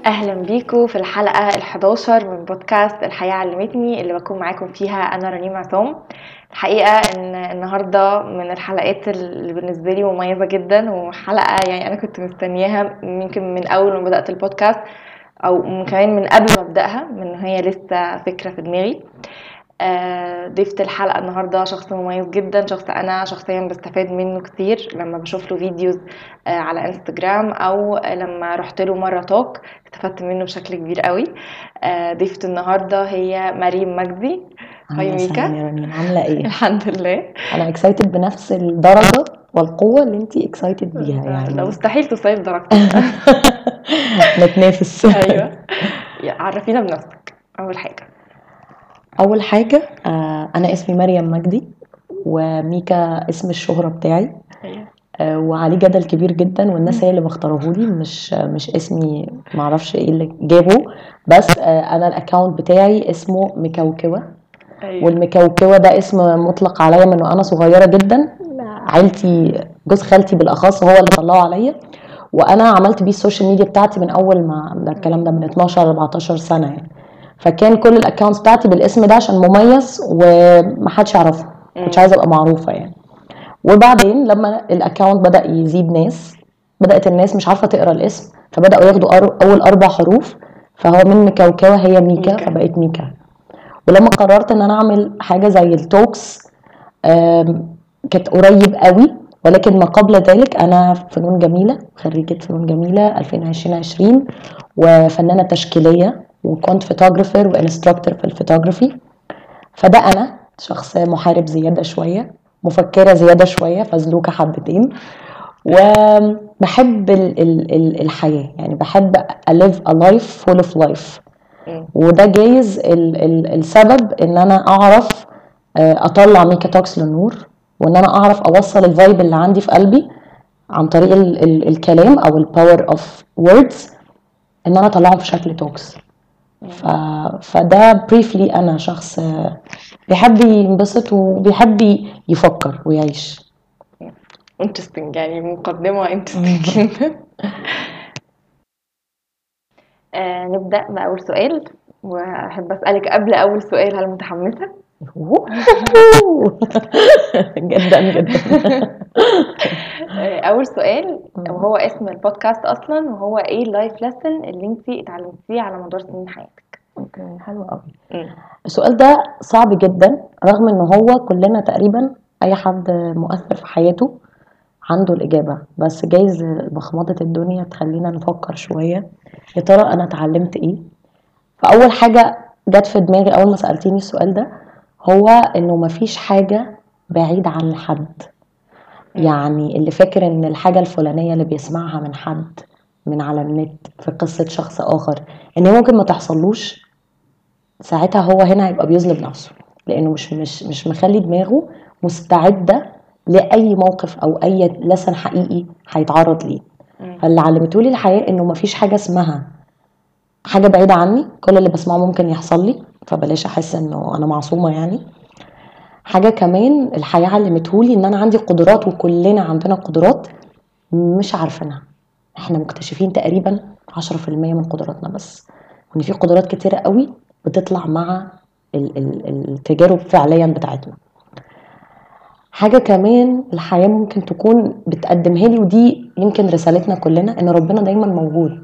اهلا بيكم في الحلقه ال11 من بودكاست الحياه علمتني اللي بكون معاكم فيها انا رنيم عصام. الحقيقه ان النهارده من الحلقات اللي بالنسبه لي مميزه جدا، وحلقه يعني انا كنت مستنياها يمكن من اول ما بدات البودكاست، او كمان من قبل ما ابداها، من هي لسه فكره في دماغي. ضيفة الحلقة النهاردة شخص مميز جدا، شخص أنا شخصيا بستفاد منه كتير لما بشوف له فيديوز على انستجرام، أو لما رحت له مرة توك استفدت منه بشكل كبير قوي. ضيفة النهاردة هي مريم مجدي. هاي اهلا وسهلا ميكا. يا رنين، عامله ايه؟ الحمد لله. انا اكسايتد بنفس الدرجه والقوه اللي انتي اكسايتد بيها لا يعني. مستحيل تصيب درجتي بقى. نتنافس. ايوه. عرفينا بنفسك اول حاجه. اول حاجه انا اسمي مريم مجدي، وميكا اسم الشهره بتاعي. ايوه. وعليه جدل كبير جدا، والناس هي اللي مختارهولي، مش اسمي، معرفش ايه اللي جابه. بس انا الاكاونت بتاعي اسمه مكوكوه. ايوه. والمكوكوه ده اسم مطلق عليا من وانا صغيره جدا. عيلتي، جوز خالتي بالاخص هو اللي طلعه عليا، وانا عملت بيه السوشيال ميديا بتاعتي من اول ما ده الكلام ده من 12 14 سنه يعني. فكان كل الاكونتس بتاعتي بالاسم ده عشان مميز ومحدش يعرفه، كنتش عايزه ابقى معروفه يعني. وبعدين لما الاكونت بدا يزيد ناس، بدات الناس مش عارفه تقرا الاسم، فبداوا ياخدوا اول 4 حروف، فهو من مكوكوه هي ميكا، ميكا. فبقيت ميكا. ولما قررت ان انا اعمل حاجه زي التوكس، كانت قريب قوي. ولكن ما قبل ذلك انا فنون جميله، خريجه فنون جميله 2020 وفنانه تشكيليه، وكنت فوتوغرافر وانستراكتور في الفوتوغرافي. فده انا شخص محارب زياده شويه، مفكره زياده شويه، فزلوكه حبتين. وبحب الحياه، يعني بحب live a life full of life. وده جايز السبب ان انا اعرف اطلع ميكا توكس للنور، وان انا اعرف اوصل الفايب اللي عندي في قلبي عن طريق الكلام او الباور اوف ووردز، ان انا اطلعهم في شكل توكس. فده بريفلي انا شخص بيحب ينبسط وبيحب يفكر ويعيش. انترستنج، يعني مقدمه انترستنج جدا. نبدأ بأول سؤال، وأحب أسألك قبل أول سؤال، هل متحمسة؟ جدا جدا. أول سؤال، وهو اسم البودكاست أصلا، وهو إيه اللايف ليسن اللي انتي اتعلمتيه على مدار سنين حياتك؟ اوكي، حلو قوي. السؤال ده صعب جدا، رغم ان هو كلنا تقريبا اي حد مؤثر في حياته عنده الإجابة، بس جايز بخمضة الدنيا تخلينا نفكر شوية. يا ترى أنا اتعلمت إيه؟ فأول حاجة جت في دماغي أول ما سألتيني السؤال ده هو إنه مفيش حاجة بعيد عن حد. يعني اللي فاكر إن الحاجة الفلانية اللي بيسمعها من حد من على النت في قصة شخص آخر إن ممكن ما تحصلوش، ساعتها هو هنا هيبقى بيظلم نفسه، لأنه مش مخلي دماغه مستعدة لأي موقف أو أي لسن حقيقي هيتعرض ليه. فاللي علمتولي الحياة إنه مفيش حاجة اسمها حاجة بعيدة عني، كل اللي بسمعه ممكن يحصل لي، فبلاش أحس إنه أنا معصومة يعني. حاجة كمان الحياة علمتهولي إن أنا عندي قدرات، وكلنا عندنا قدرات مش عارفينها. احنا مكتشفين تقريبا 10% من قدراتنا بس، وإن في قدرات كتيرة قوي بتطلع مع التجارب فعليا بتاعتنا. حاجة كمان الحياة ممكن تكون بتقدمها لي، ودي يمكن رسالتنا كلنا، ان ربنا دايما موجود،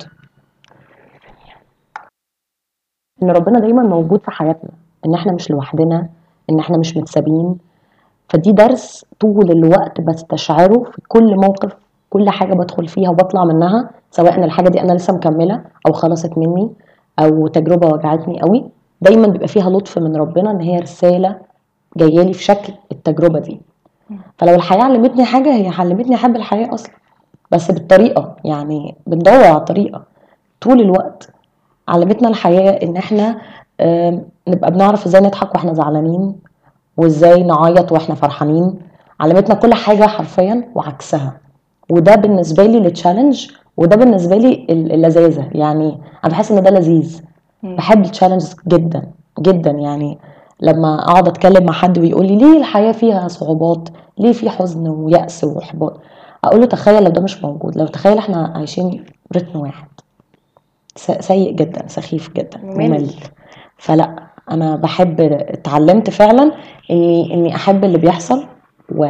ان ربنا دايما موجود في حياتنا، ان احنا مش لوحدنا، ان احنا مش متسابين. فدي درس طول الوقت بستشعره في كل موقف، كل حاجة بدخل فيها وبطلع منها، سواء ان الحاجة دي انا لسه مكملة او خلصت مني او تجربة وجعتني قوي، دايما بيبقى فيها لطف من ربنا ان هي رسالة جايالي في شكل التجربة دي. فلو الحياة علمتني حاجة، هي علمتني احب الحياة اصلا، بس بالطريقة، يعني بندور على الطريقة طول الوقت. علمتنا الحياة ان احنا نبقى بنعرف ازاي نضحك واحنا زعلانين، وازاي نعيط واحنا فرحانين. علمتنا كل حاجة حرفيا وعكسها. وده بالنسبة لي التشالنج، وده بالنسبة لي اللذاذة. يعني انا بحس ان ده لذيذ، بحب التشالنجز جدا جدا. يعني لما اقعد اتكلم مع حد ويقول لي ليه الحياة فيها صعوبات، ليه في حزن ويأس واحباط، اقول له تخيل لو ده مش موجود، لو تخيل احنا عايشين رتم واحد، سيء جدا، سخيف جدا، ممل. ممل. فلا، انا بحب، اتعلمت فعلا اني احب اللي بيحصل و...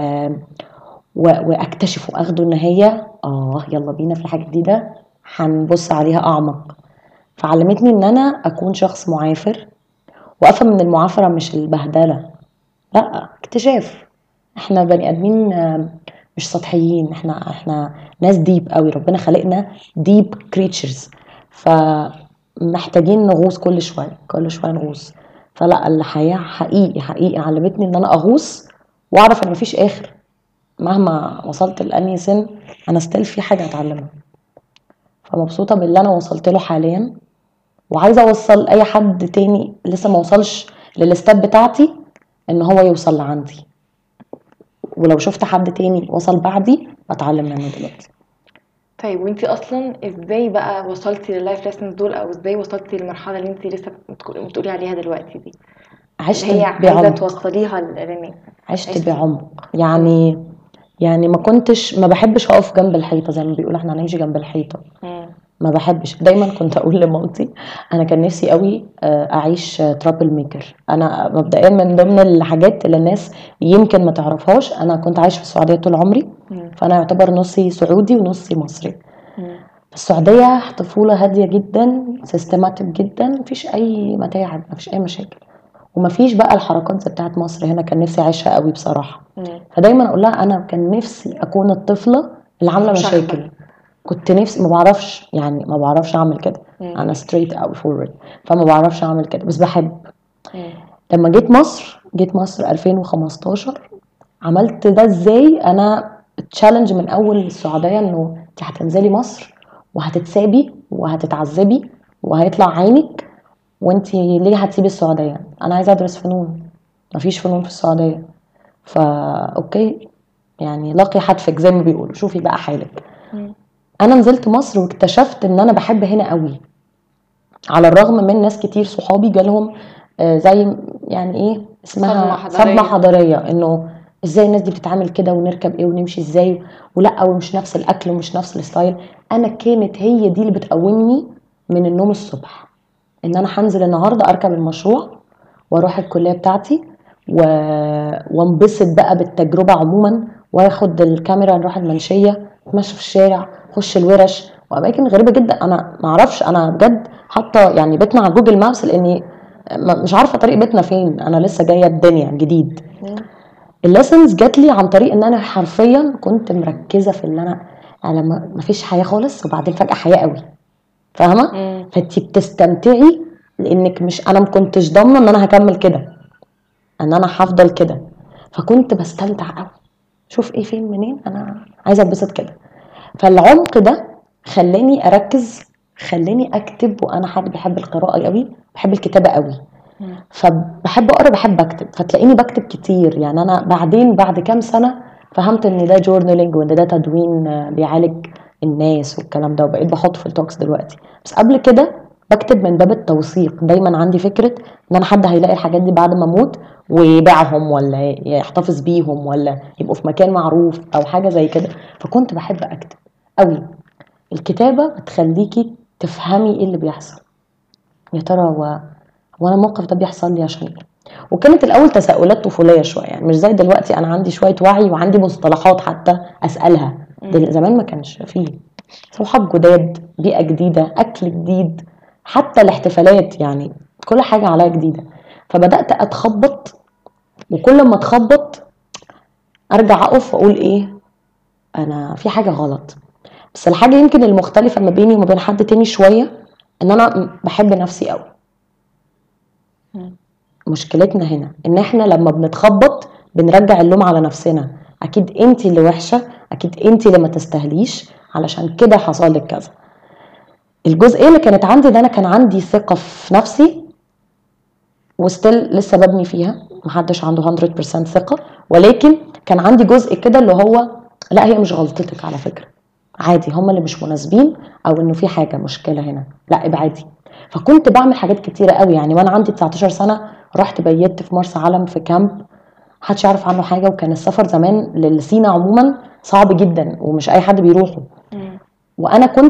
واكتشف واخده ان هي يلا بينا في حاجه جديده هنبص عليها اعمق. فعلمتني ان انا اكون شخص معافر، وافهم ان المعافره مش البهدله، لا، اكتشاف. احنا بني ادمين، مش سطحيين، احنا ناس ديب قوي، ربنا خلقنا ديب كريتشرز، فمحتاجين نغوص كل شويه كل شويه نغوص. فلا، الحياه حقيقي حقيقي علمتني ان انا اغوص واعرف ان مفيش اخر. مهما وصلت لاني سن، انا ستيل في حاجه اتعلمها. فمبسوطه باللي انا وصلت له حاليا، وعايزه اوصل اي حد تاني لسه ما وصلش للستاب بتاعتي ان هو يوصل لعندي. ولو شفت حد تاني وصل بعدي بتعلم منه دلوقتي. طيب وانتي اصلا ازاي بقى وصلتي لللايف ليسنز دول، او ازاي وصلتي للمرحله اللي انتي لسه بتقولي عليها دلوقتي دي، اللي عشت هي عايزه بعمق، توصليها للناس؟ عشت بعمق يعني ما بحبش اقف جنب الحيطه، زي ما بيقول احنا هنمشي جنب الحيطه. ما بحبش. دايما كنت اقول لمامتي انا كان نفسي قوي اعيش ترابل ميكر. انا مبدئيا من ضمن الحاجات اللي الناس يمكن ما تعرفهاش، انا كنت عايشه في السعوديه طول عمري، فانا يعتبر نصي سعودي ونصي مصري. في السعوديه طفوله هاديه جدا، سيستماتيك جدا، مفيش اي متاعب، مفيش اي مشاكل، ومفيش بقى الحركات زي بتاعت مصر هنا. كان نفسي اعيشها قوي بصراحه. فدايما اقول لها انا كان نفسي اكون الطفله اللي عامله مشاكل. كنت نفسي، ما بعرفش يعني، ما بعرفش اعمل كده. انا ستريت او فورورد، فما بعرفش اعمل كده، بس بحب. لما جيت مصر 2015، عملت ده ازاي؟ انا تشالنج من اول السعوديه انه انت هتنزلي مصر وهتتسابي وهتتعذبي وهيطلع عينك، وانت ليه هتسيبي السعوديه؟ انا عايزه ادرس فنون، مفيش فنون في السعوديه. اوكي، يعني لاقي حتفك زي ما بيقولوا، شوفي بقى حالك. انا نزلت مصر واكتشفت ان انا بحب هنا قوي، على الرغم من ناس كتير صحابي جالهم زي يعني ايه اسمها صدمه حضاريه، انه ازاي الناس دي بتتعامل كده، ونركب ايه ونمشي ازاي، ولا ومش نفس الاكل ومش نفس الستايل. انا كانت هي دي اللي بتقومني من النوم الصبح، ان انا هنزل النهارده اركب المشروع واروح الكليه بتاعتي وانبسط بقى بالتجربه عموما، واخد الكاميرا نروح المنشيه، نتمشى في الشارع، خش الورش واماكن غريبه جدا. انا ما اعرفش، انا بجد حاطه يعني بيتنا على جوجل مابس لاني مش عارفه طريق بيتنا فين، انا لسه جايه الدنيا جديد. الليسنز جات لي عن طريق ان انا حرفيا كنت مركزه في ان انا ما فيش حياه خالص، وبعدين فجاه حياه قوي، فاهمه؟ فانتي بتستمتعي لانك مش، انا ما كنتش ضامنه ان انا هكمل كده، ان انا هفضل كده، فكنت بستمتع قوي. شوف ايه فين منين، انا عايزه اتبسط كده. فالعمق ده خلاني اركز، خلاني اكتب، وانا حد بيحب القراءه قوي، بحب الكتابه قوي، فبحب اقرا، بحب اكتب، فتلاقيني بكتب كتير. يعني انا بعدين بعد كام سنه فهمت ان ده جورنالينج، وان ده تدوين بيعالج الناس والكلام ده، وبقيت بحط في التوكس دلوقتي. بس قبل كده بكتب من باب التوثيق، دايما عندي فكره ان انا حد هيلاقي الحاجات دي بعد ما اموت ويبيعهم، ولا يحتفظ بيهم، ولا يبقوا في مكان معروف او حاجه زي كده. فكنت بحب اكتب قوي. الكتابه بتخليكي تفهمي ايه اللي بيحصل، يا ترى وانا الموقف ده بيحصل لي عشان ايه. وكانت الاول تساؤلات طفوليه شويه، يعني مش زي دلوقتي انا عندي شويه وعي وعندي مصطلحات حتى اسالها. زمان ما كانش فيه. صحاب جداد، بيئه جديده، اكل جديد، حتى الاحتفالات، يعني كل حاجه عليا جديده. فبدات اتخبط، وكل ما اتخبط ارجع اقف واقول ايه، انا في حاجه غلط. بس الحاجه يمكن المختلفه ما بيني وما بين حد تاني شويه، ان انا بحب نفسي قوي. مشكلتنا هنا ان احنا لما بنتخبط بنرجع اللوم على نفسنا، اكيد انتي اللي وحشه، اكيد انتي اللي ما تستاهليش، علشان كده حصل لك كذا. الجزئيه اللي كانت عندي ده، انا كان عندي ثقه في نفسي وستيل لسه ببني فيها، محدش عنده 100% ثقه، ولكن كان عندي جزء كده اللي هو لا، هي مش غلطتك على فكره، عادي، هم اللي مش مناسبين، او انه في حاجه مشكله هنا، لا ابعدي. فكنت بعمل حاجات كتيره قوي. يعني وانا عندي 19 سنه رحت بيت في مرسى علم في كامب، محدش يعرف عنه حاجه، وكان السفر زمان للسينا عموما صعب جدا، ومش اي حد بيروحه. وانا كنت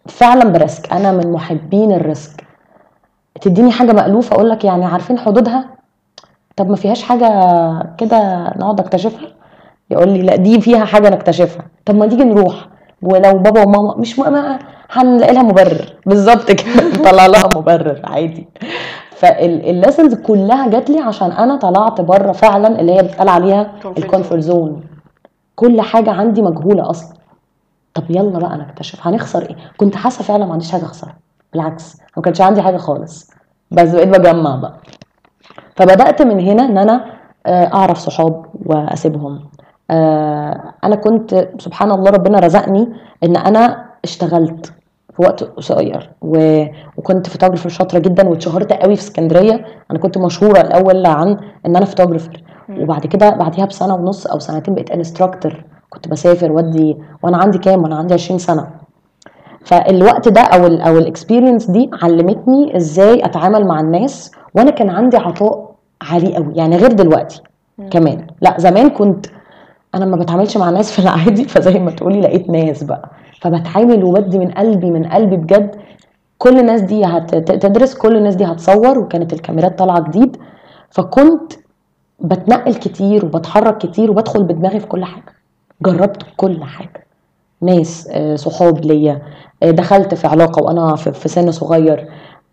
فعلا بريسك، انا من محبين الريسك. تديني حاجه مألوفه اقول لك يعني عارفين حدودها، طب ما فيهاش حاجه كده نقعد اكتشفها، يقول لي لا دي فيها حاجه نكتشفها، طب ما تيجي نروح، ولو بابا وماما مش هنلاقي لها مبرر بالظبط كده نطلع لها مبرر عادي. فالليسنز كلها جات لي عشان انا طلعت بره فعلا اللي هي بتقال عليها الكونفورت زون. كل حاجه عندي مجهوله اصلا، طب يلا بقى نكتشف هنخسر ايه. كنت حاسه فعلا ما عنديش حاجه اخسرها، بالعكس ما كانش عندي حاجه خالص، بس بقيت بجمع بقى. فبدات من هنا ان انا اعرف صحاب واسيبهم. انا كنت سبحان الله ربنا رزقني ان انا اشتغلت في وقت قصير وكنت فوتوغرافر شاطره جدا، واتشهرت قوي في اسكندريه. انا كنت مشهوره الاول عن ان انا فوتوغرافر، وبعد كده بعديها بسنه ونص او سنتين بقيت انستراكتور. كنت بسافر ودي وانا عندي كام، وانا عندي 20 سنه. فالوقت ده او الاكسبيرينس دي علمتني ازاي اتعامل مع الناس، وانا كان عندي عطاء عالي قوي يعني غير دلوقتي. كمان لا زمان كنت انا ما بتعاملش مع ناس في العادي، فزي ما تقولي لقيت ناس بقى فبتعامل وبدي من قلبي من قلبي بجد. كل الناس دي هتدرس، كل الناس دي هتصور، وكانت الكاميرات طالعه جديد، فكنت بتنقل كتير وبتحرك كتير وبدخل بدماغي في كل حاجه. جربت كل حاجه، ناس صحاب ليا، دخلت في علاقه وانا في سن صغير،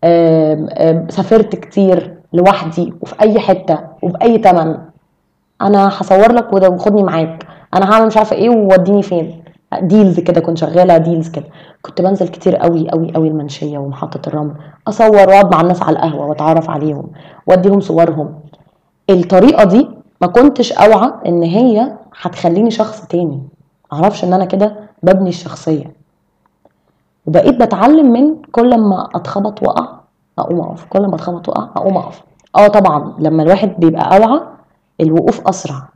سافرت كتير لوحدي وفي اي حته وباي تمن. انا هصور لك وخدني معاك، انا هعمل مش عارفه ايه ووديني فين. ديلز كده كنت شغاله ديلز كده. كنت بنزل كتير قوي قوي قوي المنشيه ومحطه الرمل، اصور واقعد مع الناس على القهوه واتعرف عليهم واديهم صورهم. الطريقه دي ما كنتش اوعى ان هي هتخليني شخص تاني، معرفش ان انا كده ببني الشخصيه. وبقيت بتعلم من كل ما اتخبط وقع اقوم اقف، كل ما اتخبط وقع اقوم اقف. طبعا لما الواحد بيبقى اوعى الوقوف اسرع.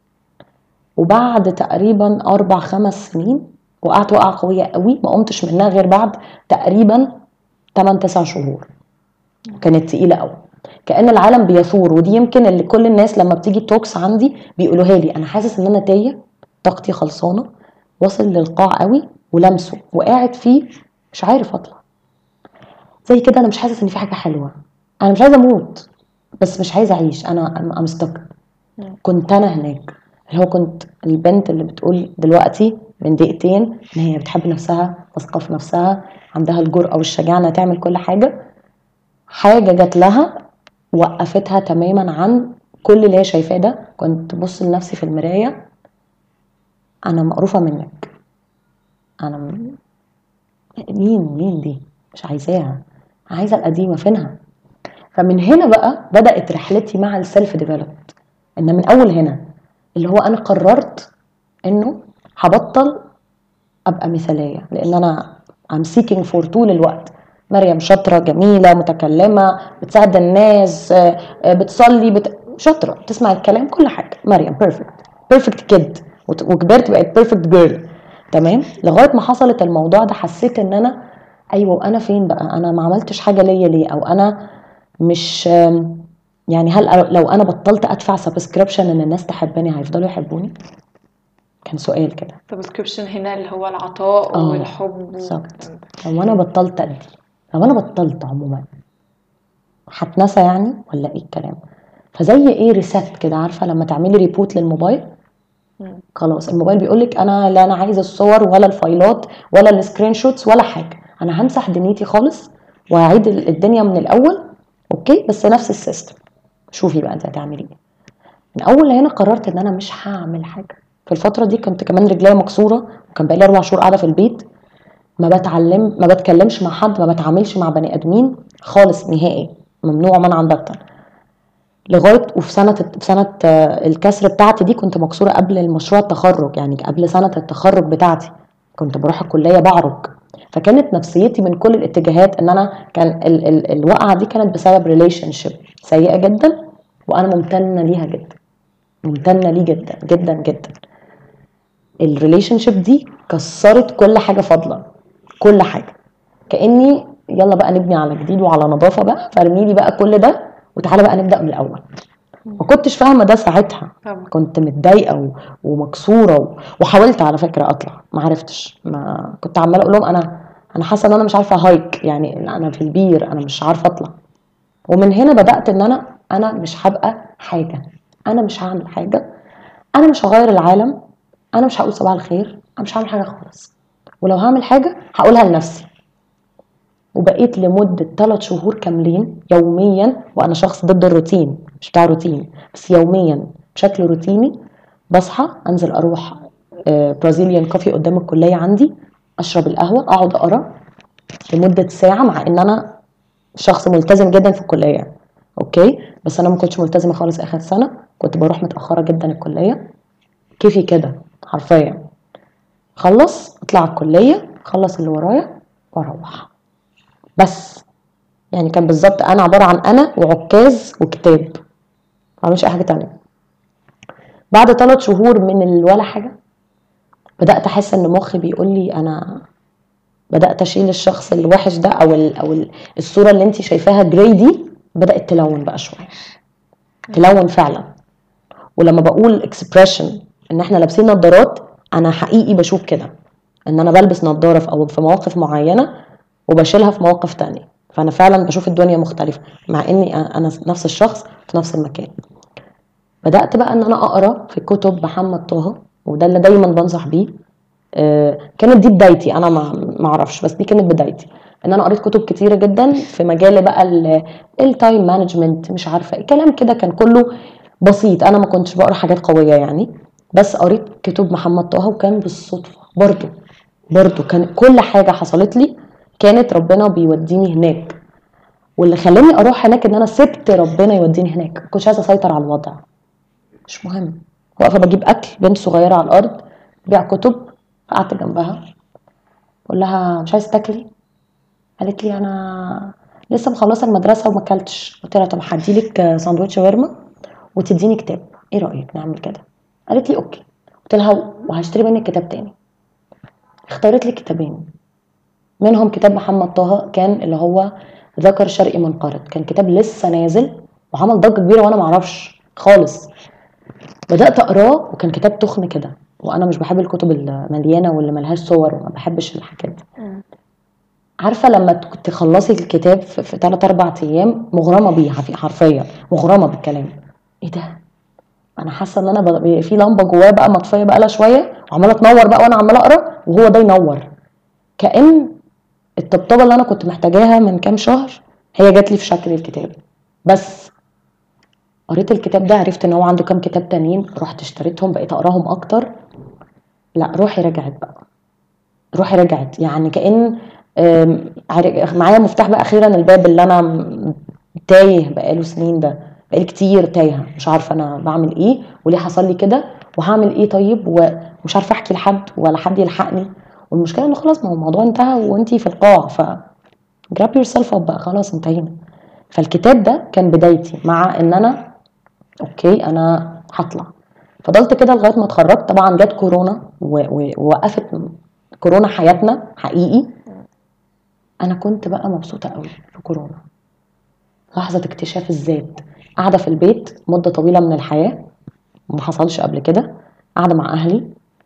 وبعد تقريبا 4-5 سنين وقعت وقعة قوية قوي، ما قمتش منها غير بعد تقريبا 8-9 شهور. كانت تقيلة قوي، كأن العالم بيثور. ودي يمكن اللي كل الناس لما بتيجي توكس عندي بيقولوها لي، انا حاسس ان انا تايه، طاقتي خلصانة، واصل للقاع قوي ولمسه وقاعد فيه مش عارف اطلع. زي كده انا مش حاسس ان في حاجة حلوة، انا مش عايزة اموت بس مش عايزة اعيش، انا مستقر. كنت انا هناك اللي هو كنت البنت اللي بتقول دلوقتي من دقيقتين ان هي بتحب نفسها، واثقه في نفسها، عندها الجرأة والشجاعة انها تعمل كل حاجة. حاجة جات لها وقفتها تماما عن كل اللي هي شايفاه ده. كنت بص لنفسي في المراية، انا مقروفة منك، انا مين دي، مش عايزاها، عايزة القديمة فينها. فمن هنا بقى بدأت رحلتي مع السيلف ديفلوبمنت. ان من اول هنا اللي هو انا قررت انه هبطل ابقى مثاليه، لان انا I'm seeking for طول الوقت مريم شاطره جميله متكلمه بتساعد الناس، بتصلي شاطره بتسمع الكلام كل حاجه، مريم بيرفكت كيد. وكبرت بقيت بيرفكت جيرل. تمام، لغايه ما حصلت الموضوع ده حسيت ان انا ايوه انا فين بقى، انا ما عملتش حاجه ليا ليه، او انا مش يعني هل لو انا بطلت ادفع سبسكريبشن ان الناس تحبني هيفضلوا يحبوني؟ كان سؤال كده. سبسكريبشن هنا اللي هو العطاء والحب بالظبط. لو انا بطلت ادي، لو انا بطلت عموما هتنسى يعني ولا ايه الكلام؟ فزي ايه ريسيت كده، عارفه لما تعملي ريبوت للموبايل، خلاص الموبايل بيقولك انا لا انا عايزه الصور ولا الفايلات ولا السكرين شوتس ولا حاجه، انا همسح دنيتي خالص وهعيد الدنيا من الاول. اوكي بس نفس السيستم. شوفي بقى انت هتعملي ايه. من اول هنا قررت ان انا مش هعمل حاجه. في الفتره دي كنت كمان رجليا مكسوره، وكان بقالي 4 شهور قاعده في البيت، ما بتكلمش مع حد، ما بتعاملش مع بني ادمين خالص نهائي، ممنوع منعا باتا. لغايه وفي سنه الكسر بتاعتي دي كنت مكسوره قبل المشروع التخرج، يعني قبل سنه التخرج بتاعتي كنت بروح الكليه بعرج. فكانت نفسيتي من كل الاتجاهات ان انا كان الوقعه دي كانت بسبب ريليشن شيب سيئه جدا، وانا ممتنه ليها جدا، ممتنه ليه جدا جدا جدا. الريليشن شيب دي كسرت كل حاجه فاضله، كل حاجه، كاني يلا بقى نبني على جديد وعلى نظافه بقى، فارميلي بقى كل ده وتعالى بقى نبدا من الاول. ما كنتش فاهمه ده ساعتها، كنت متضايقه ومكسوره وحاولت على فكره اطلع، ما عرفتش، ما كنت عماله اقول لهم انا انا حاسه ان انا مش عارفه هايك، يعني انا في البير انا مش عارفه اطلع. ومن هنا بدات ان انا مش هبقى حاجه، انا مش هعمل حاجه، انا مش هغير العالم، انا مش هقول صباح الخير، انا مش هعمل حاجه خالص، ولو هعمل حاجه هقولها لنفسي. وبقيت لمده 3 شهور كاملين يوميا، وانا شخص ضد الروتين مش بتاع روتين، بس يوميا بشكل روتيني بصحى انزل اروح برازيليان كوفي قدام الكليه عندي، اشرب القهوه، اقعد اقرا لمده ساعه، مع ان انا شخص ملتزم جدا في الكليه. اوكي، بس انا ما كنتش ملتزمه خالص اخر سنه، كنت بروح متاخره جدا الكليه، كيفي كده حرفيا. خلص اطلع الكليه، خلص اللي ورايا واروح بس. يعني كان بالظبط انا عباره عن انا وعكاز وكتاب، ما بعملش اي حاجه تانية. بعد 3 شهور من ولا حاجه بدات احس ان مخي بيقول لي انا بدات اشيل الشخص الوحش ده، الصوره اللي انت شايفاها جراي دي بدات تلون بقى شويه، تلون فعلا. ولما بقول اكسبريشن ان احنا لابسين نظارات، انا حقيقي بشوف كده ان انا بلبس نظاره في مواقف معينه وبشيلها في مواقف تانية، فانا فعلا بشوف الدنيا مختلفه مع اني انا نفس الشخص في نفس المكان. بدات بقى ان انا اقرا في كتب محمد طه، وده اللي دايما بنصح بيه. كانت دي بدايتي، انا ما اعرفش، بس دي كانت بدايتي ان انا قريت كتب كتيره جدا في مجال بقى التايم مانجمنت، مش عارفه ايه كلام كده، كان كله بسيط، انا ما كنتش بقرا حاجات قويه يعني. بس قريت كتب محمد طه، وكان بالصدفه برضو كان كل حاجه حصلت لي كانت ربنا بيوديني هناك. واللي خلاني اروح هناك ان انا سبت ربنا يوديني هناك، كنتش عايزه اسيطر على الوضع، مش مهم. واقفه بجيب اكل، بنت صغيره على الارض بيع كتب، قعدت جنبها بقول لها مش عايزه تاكلي؟ قالت لي انا لسه مخلصه المدرسه وما اكلتش. قلت لها طب هديلك ساندوتش شاورما وتديني كتاب، ايه رايك نعمل كده؟ قالت لي اوكي. قلت لها وهشتري منك كتاب تاني. اختارت لي كتابين، منهم كتاب محمد طه كان اللي هو ذكر شرقي منقرض، كان كتاب لسه نازل وعمل ضجه كبيره وانا معرفش خالص. بدات اقراه وكان كتاب تخن كده، وانا مش بحب الكتب المليانه واللي ملهاش صور، وما بحبش الحاجات دي. عارفه لما تخلصي الكتاب في 3 4 ايام مغرمه بيه، حرفيا مغرمه بالكلام. ايه ده؟ انا حاسه ان انا في لمبه جوايا بقى مطفيه بقى لها شويه وعماله تنور بقى وانا عماله اقرا، وهو ده ينور. كأن الطبطبه اللي انا كنت محتاجاها من كام شهر هي جات لي في شكل الكتاب. بس قريت الكتاب ده، عرفت ان هو عنده كام كتاب تانيين، رحت اشتريتهم، بقيت اقراهم اكتر. لا روحي رجعت بقى، روحي رجعت، يعني كأن معايا مفتاح بقى اخيرا الباب اللي انا تايه بقاله سنين ده، بقالي كتير تايهه مش عارفه انا بعمل ايه وليه حصل لي كده وهعمل ايه طيب، ومش عارفه احكي لحد ولا حد يلحقني. والمشكله انه خلاص، ما هو الموضوع انتهى وانتي في القاع، ف grab yourself up بقى، خلاص انتهينا. فالكتاب ده كان بدايتي مع ان انا اوكي انا هطلع. فضلت كده لغايه ما اتخرجت. طبعا جت كورونا ووقفت كورونا حياتنا حقيقي. انا كنت بقى مبسوطه قوي في كورونا، لحظه اكتشاف الذات، قاعده في البيت مده طويله من الحياه ما حصلش قبل كده، قاعده مع اهلي،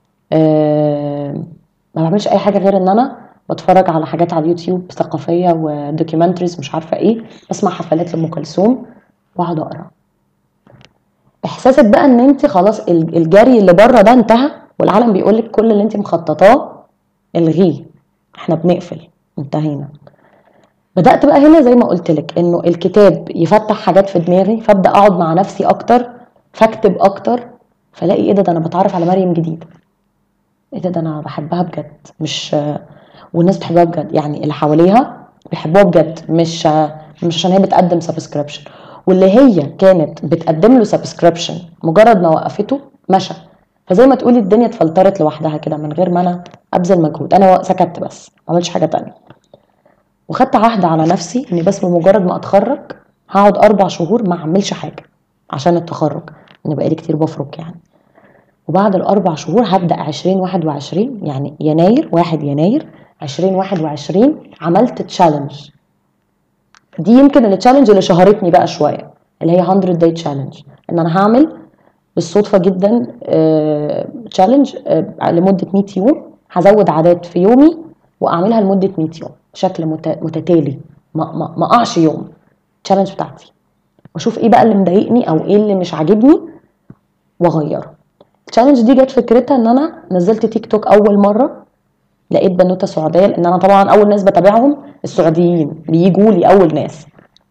ما بعملش اي حاجه غير ان انا بتفرج على حاجات على اليوتيوب ثقافيه ودوكيومنتريز مش عارفه ايه، بسمع حفلات لأم كلثوم واقعد اقرا. احساسك بقى ان انت خلاص الجري اللي بره ده انتهى، والعالم بيقولك كل اللي انت مخططاه الغيه، احنا بنقفل، انتهينا. بدأت بقى هنا زي ما قلت لك انه الكتاب يفتح حاجات في دماغي، فابدأ اقعد مع نفسي اكتر، فاكتب اكتر، فلاقي ايه ده انا بتعرف على مريم جديد، ايه ده انا بحبها بجد، مش والناس بتحبها بجد، يعني اللي حواليها بيحبوها بجد، مش عشان هي بتقدم سبسكريبشن. واللي هي كانت بتقدم له سبسكريبشن مجرد ما وقفته مشى. فزي ما تقولي الدنيا اتفلترت لوحدها كده من غير ما انا ابذل مجهود، انا سكت بس ما عملتش حاجه تانية. وخدت عهد على نفسي اني بس بمجرد ما اتخرج هقعد 4 شهور ما اعملش حاجه عشان التخرج، ان بقالي كتير بفرك يعني. وبعد ال4 شهور هبدأ 2021، يعني يناير 1 يناير 2021 عملت تشالنج. دي يمكن التشالنج اللي شهرتني بقى شوية، اللي هي 100 day challenge، ان انا هعمل بالصدفة جدا تشالنج لمدة 100 يوم، هزود عادات في يومي واعملها لمده 100 يوم بشكل متتالي، ما اقعش يوم. التشالنج بتاعتي واشوف ايه بقى اللي مضايقني او ايه اللي مش عاجبني واغيره. التشالنج دي جت فكرتها ان انا نزلت تيك توك اول مره، لقيت بنوته سعوديه، لان انا طبعا اول ناس بتابعهم السعوديين بيجوا لي اول ناس.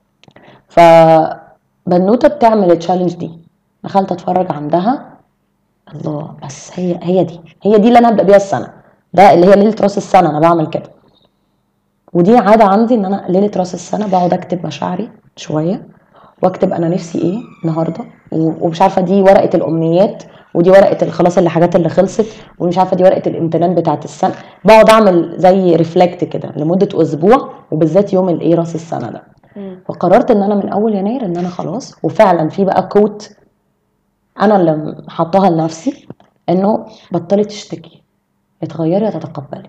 فبنوته بتعمل التشالنج دي، دخلت اتفرج عندها. الله، بس هي دي اللي انا هبدا بيها السنه، ده اللي هي ليله راس السنه انا بعمل كده. ودي عاده عندي ان انا ليله راس السنه بقعد اكتب مشاعري شويه، واكتب انا نفسي ايه النهارده، ومش عارفه دي ورقه الامنيات، ودي ورقه خلاص الحاجات اللي خلصت، ومش عارفه دي ورقه الامتنان بتاعت السنه. بقعد اعمل زي ريفلكت كده لمده اسبوع، وبالذات يوم الايه راس السنه ده. فقررت ان انا من اول يناير ان انا خلاص، وفعلا في بقى كوت انا اللي حطها لنفسي، انه بطلي تشتكي، اتغيري وتتقبلي.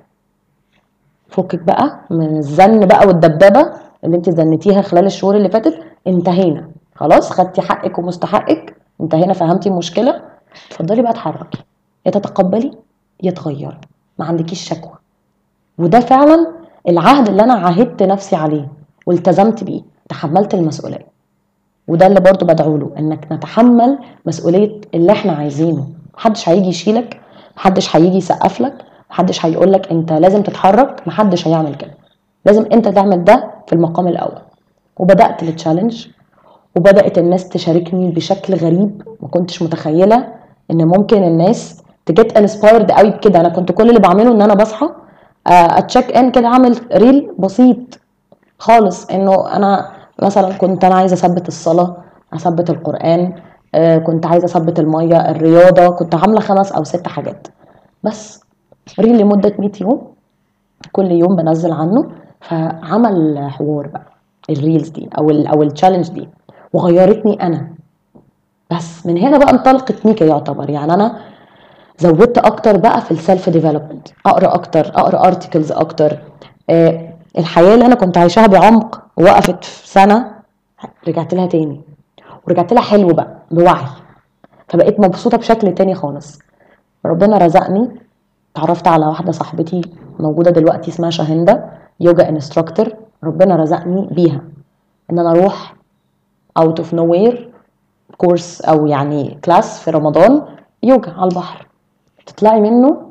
فكك بقى من الزن بقى والدبدبه اللي انت زنتيها خلال الشهور اللي فاتت. انتهينا خلاص، خدتي حقك ومستحقك، انتهينا، فهمتي المشكله. اتفضلي بقى اتحركي، يا تتقبلي يا تغيري، ما عندكيش شكوى. وده فعلا العهد اللي انا عاهدت نفسي عليه والتزمت بيه، تحملت المسؤوليه. وده اللي برضو بدعو له، انك نتحمل مسؤوليه اللي احنا عايزينه. محدش هيجي يشيلك، محدش هيجي يسقف لك، محدش هيقول لك انت لازم تتحرك، محدش هيعمل كده. لازم انت تعمل ده في المقام الاول. وبدات التشالنج، وبدات الناس تشاركني بشكل غريب، ما كنتش متخيله ان ممكن الناس تجيت انسبايرد قوي بكده. انا كنت كل اللي بعمله ان انا بصحى اتشيك ان كده، اعمل ريل بسيط خالص، انه انا مثلا كنت انا عايزه اثبت الصلاه، اثبت القران، كنت عايزه اثبت الميه، الرياضه، كنت عامله 5 أو 6 حاجات بس. ريل لمده 100 يوم، كل يوم بنزل عنه. فعمل حوار بقى الريلز دي او التشالنج دي، وغيرتني انا. بس من هنا بقى انطلقت ميكا يعتبر. يعني انا زودت اكتر بقى في السيلف ديفلوبمنت، اقرا اكتر، اقرا ارتكلز اكتر. الحياه اللي انا كنت عايشاها بعمق وقفت في سنه، رجعت لها تاني، ورجعت لها حلو بقى بوعي. فبقيت مبسوطه بشكل تاني خالص. ربنا رزقني، اتعرفت على واحده صاحبتي موجوده دلوقتي اسمها شاهندة، يوجا انستراكتور. ربنا رزقني بيها ان انا اروح اوت اوف نو وير كورس او يعني كلاس في رمضان، يوجا على البحر. تطلعي منه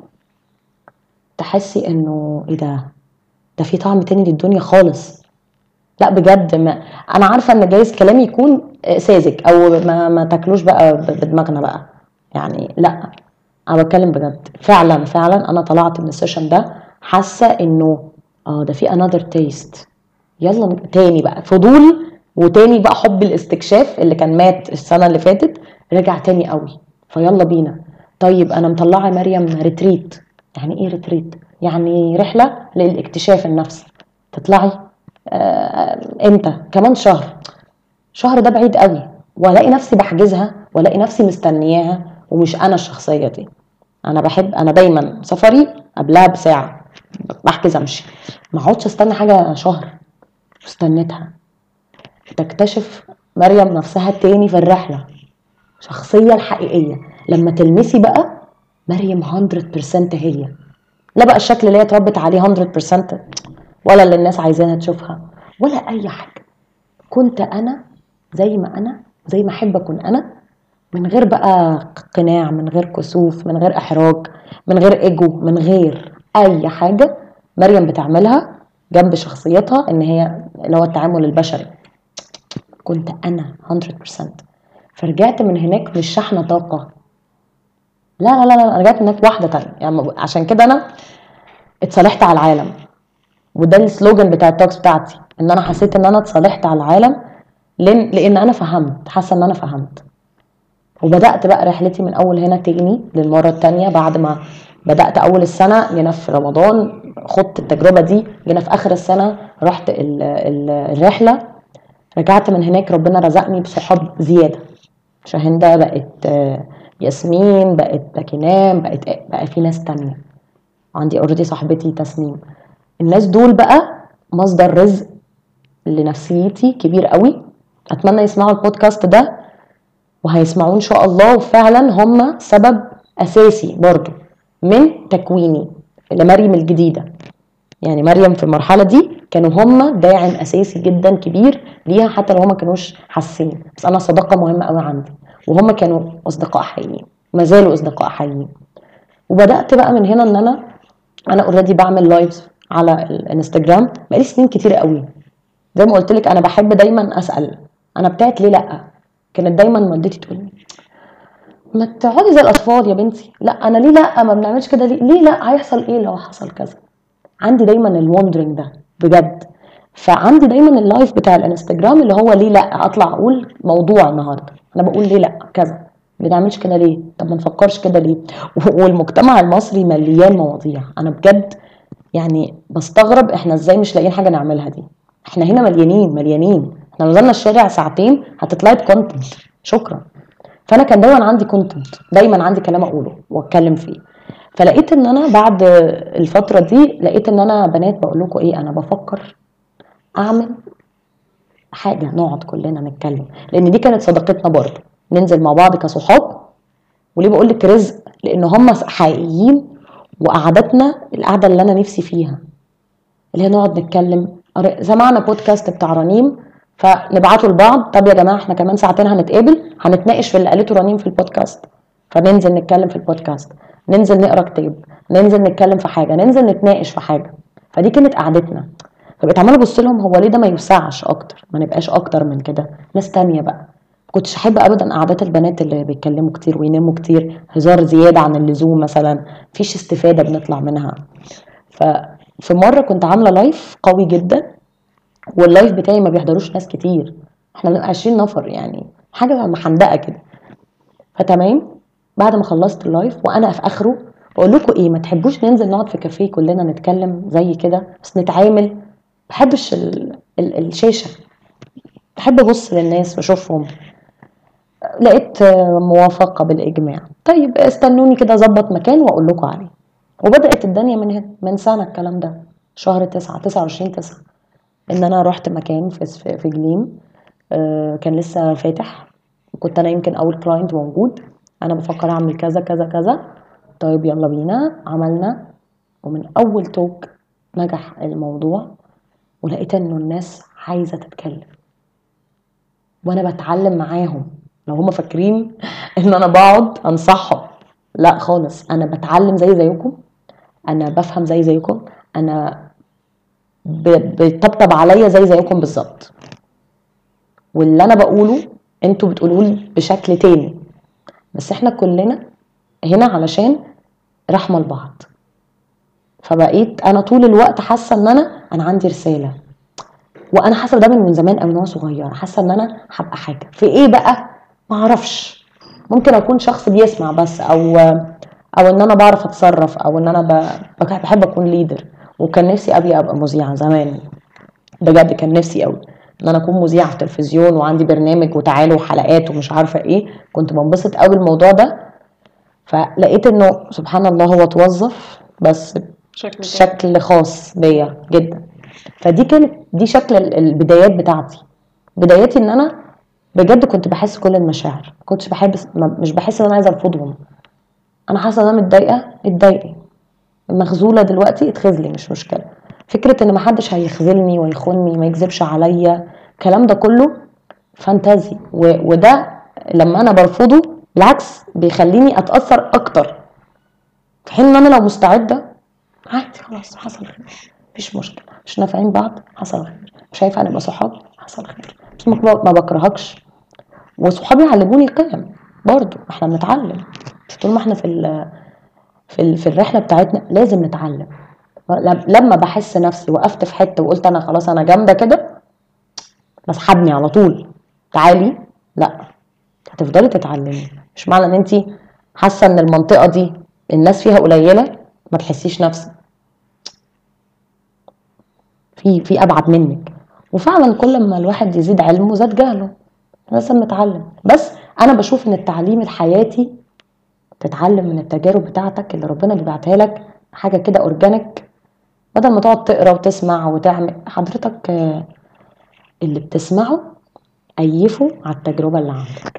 تحسي انه ايه ده في طعم تاني للدنيا خالص. لا بجد، ما انا عارفه ان جايز كلامي يكون ساذج او ما تاكلوش بقى بدماغنا بقى، يعني لا، انا بتكلم بجد. فعلا فعلا انا طلعت من السيشن ده حاسه انه ده في another taste. يلا تاني بقى فضول، وتاني بقى حب الاستكشاف اللي كان مات السنه اللي فاتت رجع تاني قوي. فيلا بينا. طيب انا مطلعه مريم ريتريت. يعني ايه ريتريت؟ يعني رحله للاكتشاف النفس. تطلعي امتى؟ كمان شهر ده بعيد قوي، والاقي نفسي بحجزها، والاقي نفسي مستنياها. ومش انا الشخصيه دي. انا دايما سفري قبلها بساعه بحجز امشي، ما اقعدش استنى حاجه شهر. واستنيتها. تكتشف مريم نفسها تاني في الرحله، شخصيه الحقيقيه لما تلمسي بقى مريم 100% هي. لا بقى الشكل اللي هي اتربت عليه 100%، ولا اللي الناس عايزاها تشوفها، ولا اي حاجه. كنت انا زي ما احب اكون انا، من غير بقى قناع، من غير كسوف، من غير احراج، من غير ايجو، من غير اي حاجه مريم بتعملها جنب شخصيتها ان هي اللي هو التعامل البشري. كنت انا 100%. فرجعت من هناك مش شحنه طاقه، لا لا لا لا، انا رجعت من هناك واحده تانية. يعني عشان كده انا اتصالحت على العالم. وده السلوجان بتاع التوكس بتاعتي، ان انا حسيت ان انا اتصالحت على العالم لان انا فهمت، حاسه ان انا فهمت. وبدات بقى رحلتي من اول هنا تاني للمره التانية. بعد ما بدات اول السنه جينا في رمضان خدت التجربه دي، جينا في اخر السنه رحت الرحله. رجعت من هناك ربنا رزقني بصحاب زياده. شاهندة بقت ياسمين، بقت باكينام، بقى في ناس تانية. عندي اوريدي صاحبتي تسنيم. الناس دول بقى مصدر رزق لنفسيتي كبير قوي. اتمنى يسمعوا البودكاست ده وهيسمعوه ان شاء الله. وفعلا هم سبب اساسي برضو من تكويني لمريم الجديدة. يعني مريم في المرحله دي كانوا هم داعم اساسي جدا كبير ليها، حتى لو هم ما كانوش حاسين، بس انا صداقه مهمه قوي عندي، وهم كانوا اصدقاء حقيقيين، ما زالوا اصدقاء حقيقيين. وبدات بقى من هنا ان انا اوريدي بعمل لايفز على الانستجرام بقالي سنين كتيره قوي. زي ما قلت لك انا بحب دايما اسال، انا بتاعت ليه لا. كانت دايما والدتي تقول لي ما تقعدي زي الاطفال يا بنتي، لا انا ليه لا ما بنعملش كده، ليه لا، هيحصل ايه لو حصل كذا. عندي دايما الوندرنج ده بجد. فعندي دايما اللايف بتاع الانستجرام اللي هو ليه لا، اطلع اقول موضوع النهارده انا بقول ليه لا كذا، ما بنعملش كده ليه، طب ما نفكرش كده ليه. والمجتمع المصري مليان مواضيع، انا بجد يعني بستغرب احنا ازاي مش لاقيين حاجه نعملها دي. احنا هنا مليانين مليانين، احنا نزلنا الشارع ساعتين هتطلعي بكونتنت، شكرا. فانا كان دايما عندي كونتنت، دايما عندي كلام اقوله واتكلم فيه. فلقيت ان انا بعد الفتره دي لقيت ان انا بنات بقول لكم ايه، انا بفكر اعمل حاجه نقعد كلنا نتكلم، لان دي كانت صداقتنا برضه، ننزل مع بعض كصحاب. وليه بقول لك رزق؟ لان هم حقيقيين، وقعدتنا القعده اللي انا نفسي فيها اللي هي نقعد نتكلم. سمعنا بودكاست بتاع رنيم فنبعته لبعض، طب يا جماعه احنا كمان ساعتين هنتقابل هنتناقش في اللي قالته رنيم في البودكاست، فننزل نتكلم في البودكاست، ننزل نقرا كتاب، ننزل نتكلم في حاجه، ننزل نتناقش في حاجه. فدي كانت قعدتنا. فبقيت عماله ابص لهم هو ليه ده ما يوسعش اكتر، ما نبقاش اكتر من كده ناس تانية بقى. كنتش احب ابدا قعدات البنات اللي بيتكلموا كتير ويناموا كتير، هزار زياده عن اللزوم مثلا، مفيش استفاده بنطلع منها. ففي مره كنت عامله لايف قوي جدا، واللايف بتاعي ما بيحضروش ناس كتير، احنا بنبقى 20 نفر يعني، حاجه محندقه كده. فتمام، بعد ما خلصت اللايف وانا في اخره بقول لكم ايه، ما تحبوش ننزل نقعد في كافيه كلنا نتكلم زي كده بس نتعامل؟ بحبش الشاشه، بحب ابص للناس واشوفهم. لقيت موافقه بالاجماع، طيب استنوني كده اظبط مكان واقول لكم عليه. وبدات الدنيا من هنا، من سنه الكلام ده، شهر 9 29/9، ان انا رحت مكان في جليم. كان لسه فاتح، كنت انا يمكن اول كلاينت موجود، انا بفكر اعمل كذا كذا كذا، طيب يلا بينا، عملنا. ومن اول توك نجح الموضوع، ولقيت انه الناس عايزه تتكلم وانا بتعلم معاهم. لو هما فاكرين ان انا بقعد انصحهم، لا خالص، انا بتعلم زي زيكم، انا بفهم زي زيكم، انا بيطبطب عليا زي زيكم بالظبط. واللي انا بقوله انتوا بتقولوه لي بشكل تاني، بس احنا كلنا هنا علشان رحمه لبعض. فبقيت انا طول الوقت حاسه ان انا عندي رساله، وانا حاسه ده من زمان قوي، من وانا صغيره حاسه ان انا هبقى حاجه في ايه بقى، ما اعرفش. ممكن اكون شخص بيسمع بس، او ان انا بعرف اتصرف، او ان انا بحب اكون ليدر. وكان نفسي قبل ابقى مذيعه زمان، بجد كان نفسي قوي ان انا اكون مذيعه في التلفزيون وعندي برنامج وتعالوا حلقات ومش عارفه ايه، كنت بنبسط قوي الموضوع ده. فلقيت انه سبحان الله هو توظف بس بشكل خاص بيا جدا. فدي كانت دي شكل البدايات بتاعتي. بداياتي ان انا بجد كنت بحس كل المشاعر، كنتش بحب، مش بحس ان انا عايزه ارفضهم. انا حاسه ان انا متضايقه، اتضايقي، مخذوله دلوقتي، اتخذلي، مش مشكله. فكره ان محدش هيخذلني ويخونني، ما يكذبش عليا، الكلام ده كله فانتازي. وده لما انا برفضه بالعكس بيخليني اتاثر اكتر، في حين ان انا لو مستعده عادي خلاص حصل خير، مفيش مشكله، مش نافعين بعض حصل خير، مش هينفع نبقى صحاب حصل خير، بس ما بكرهكش. وصحابي علموني قيم برضو، احنا بنتعلم طول ما احنا في الرحله بتاعتنا لازم نتعلم. لما بحس نفسي وقفت في حته وقلت انا خلاص انا جامده كده، بسحبني على طول، تعالي، لا هتفضلي تتعلمي. مش معنى ان انتي حاسه ان المنطقه دي الناس فيها قليله ما تحسيش نفسك، في ابعد منك. وفعلا كل ما الواحد يزيد علمه زاد جهله، لازم نتعلم. بس انا بشوف ان التعليم الحياتي تتعلم من التجارب بتاعتك اللي ربنا بيبعتها لك، حاجه كده اورجانيك، بدل ما تقعد تقرا وتسمع وتعمل حضرتك. اللي بتسمعه ايفه على التجربه اللي عندك،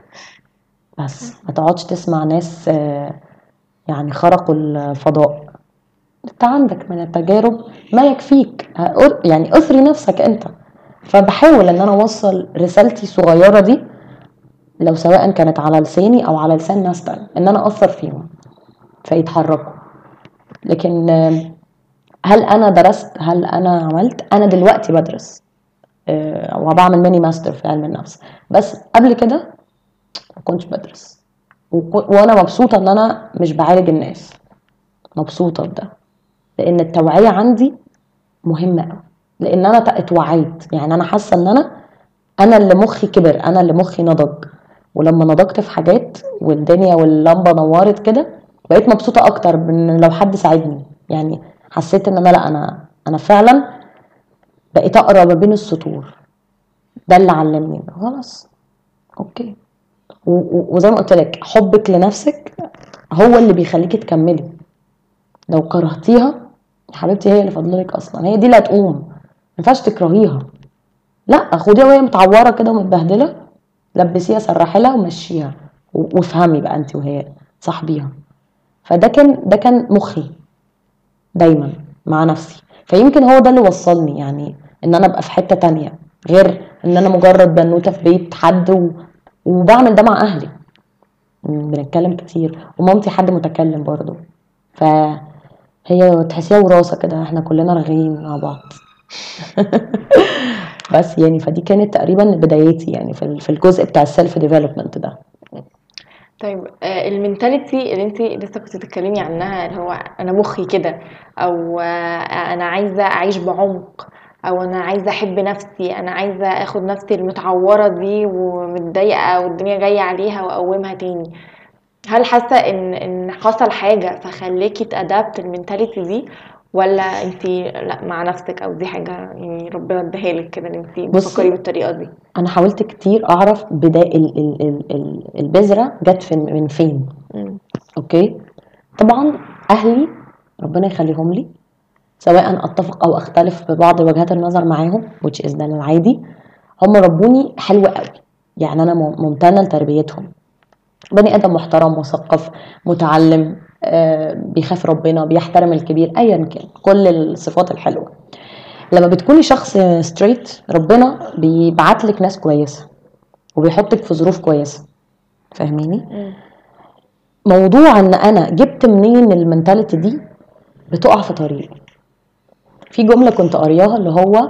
بس ما تقعدش تسمع ناس يعني خرقوا الفضاء، انت عندك من التجارب ما يكفيك، يعني اثري نفسك انت. فبحاول ان انا اوصل رسالتي الصغيره دي، لو سواء كانت على لساني او على لسان ناس تاني، ان انا اثر فيهم فيتحركوا. لكن هل انا درست، هل انا عملت؟ انا دلوقتي بدرس وبعمل ميني ماستر في علم النفس، بس قبل كده ما كنتش بدرس. وانا مبسوطه ان انا مش بعالج الناس، مبسوطه بده، لان التوعيه عندي مهمه قوي. لان انا اتوعيت، يعني انا حاسه ان انا اللي مخي كبر، انا اللي مخي نضج. ولما نضجت في حاجات والدنيا واللمبه نورت كده، بقيت مبسوطه اكتر من لو حد ساعدني. يعني حسيت ان انا لا، انا فعلا بقيت اقرا ما بين السطور. ده اللي علمني خلاص، اوكي. وزي ما قلت لك، حبك لنفسك هو اللي بيخليكي تكملي. لو كرهتيها يا حبيبتي، هي اللي فضلك اصلا، هي دي اللي هتقوم. ما ينفعش تكرهيها، لا، خديها وهي متعوره كده ومتبهدله، لبسيها سرحلها ومشيها، وافهمي بقى انت وهي صاحبيها. ده كان مخي دايما مع نفسي. فيمكن هو ده اللي وصلني، يعني ان انا ابقى في حته تانية غير ان انا مجرد بنوته في بيت حد وبعمل ده مع اهلي، بنتكلم كتير، ومامتي حد متكلم برضو. فهي تحسيها وراثه كده، احنا كلنا راغيين مع بعض. بس يعني فدي كانت تقريبا بدايتي، يعني في الجزء بتاع السيلف ديفلوبمنت ده. طيب المينتاليتي اللي انت لسه كنت بتتكلمي عنها، اللي هو انا مخي كده، او انا عايزه اعيش بعمق، او انا عايزه احب نفسي، انا عايزه اخد نفسي المتعوره دي ومتضايقه والدنيا جايه عليها واقومها تاني. هل حاسه ان حصل حاجه فخليكي تادابت المينتاليتي دي، ولا انت لا مع نفسك، او دي حاجه يعني ربنا اداها لك كده ان انت بتفكري بالطريقه دي؟ انا حاولت كتير اعرف بدايه البذره جت من فين. اوكي، طبعا اهلي ربنا يخليهم لي، سواء اتفق او اختلف ببعض وجهات النظر معاهم which is ده العادي. هم ربوني حلو قوي، يعني انا ممتنه لتربيتهم. بني ادم محترم مثقف متعلم، بيخاف ربنا، بيحترم الكبير، ايا كان كل الصفات الحلوه. لما بتكوني شخص ستريت، ربنا بيبعت لك ناس كويسه وبيحطك في ظروف كويسه، فاهميني؟ موضوع ان انا جبت منين المنتاليتي دي بتقع في طريق. في جمله كنت قارياها اللي هو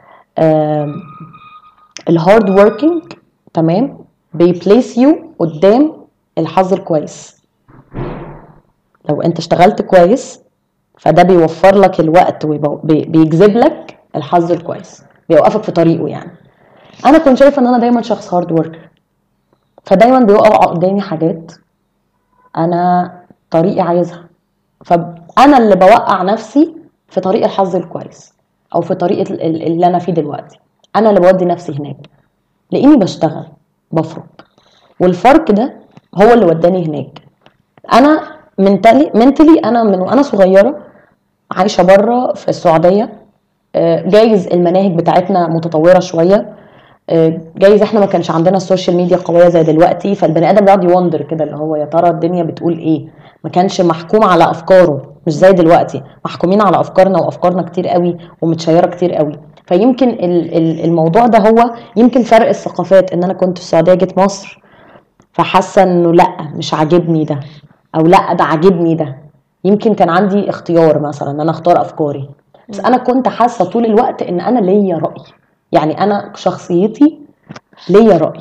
الهارد وركينج، تمام، بيبليس يو قدام الحظ الكويس. لو انت اشتغلت كويس فده بيوفر لك الوقت وبيجذب لك الحظ الكويس، بيوقفك في طريقه. يعني انا كنت شايفه ان انا دايما شخص هارد وركر، فدايما بيوقع قدامي حاجات انا طريقي عايزها، فانا اللي بوقع نفسي في طريق الحظ الكويس، او في طريق اللي انا فيه دلوقتي. انا اللي بودي نفسي هناك لاني بشتغل بفرق، والفرق ده هو اللي وداني هناك. انا منتلي انا من وانا صغيره عايشه بره في السعوديه. جايز المناهج بتاعتنا متطوره شويه، جايز احنا ما كانش عندنا السوشيال ميديا قويه زي دلوقتي، فالبني ادم بيقعد يوندر كده اللي هو يا ترى الدنيا بتقول ايه. ما كانش محكوم على افكاره، مش زي دلوقتي محكومين على افكارنا، وافكارنا كتير قوي ومتشيره كتير قوي. فيمكن الموضوع ده هو يمكن فرق الثقافات، ان انا كنت في السعوديه جيت مصر فحاسه انه لا مش عاجبني ده، او لا ده عاجبني ده. يمكن كان عندي اختيار مثلا ان انا اختار افكاري، بس انا كنت حاسه طول الوقت ان انا ليا راي. يعني انا شخصيتي ليا راي،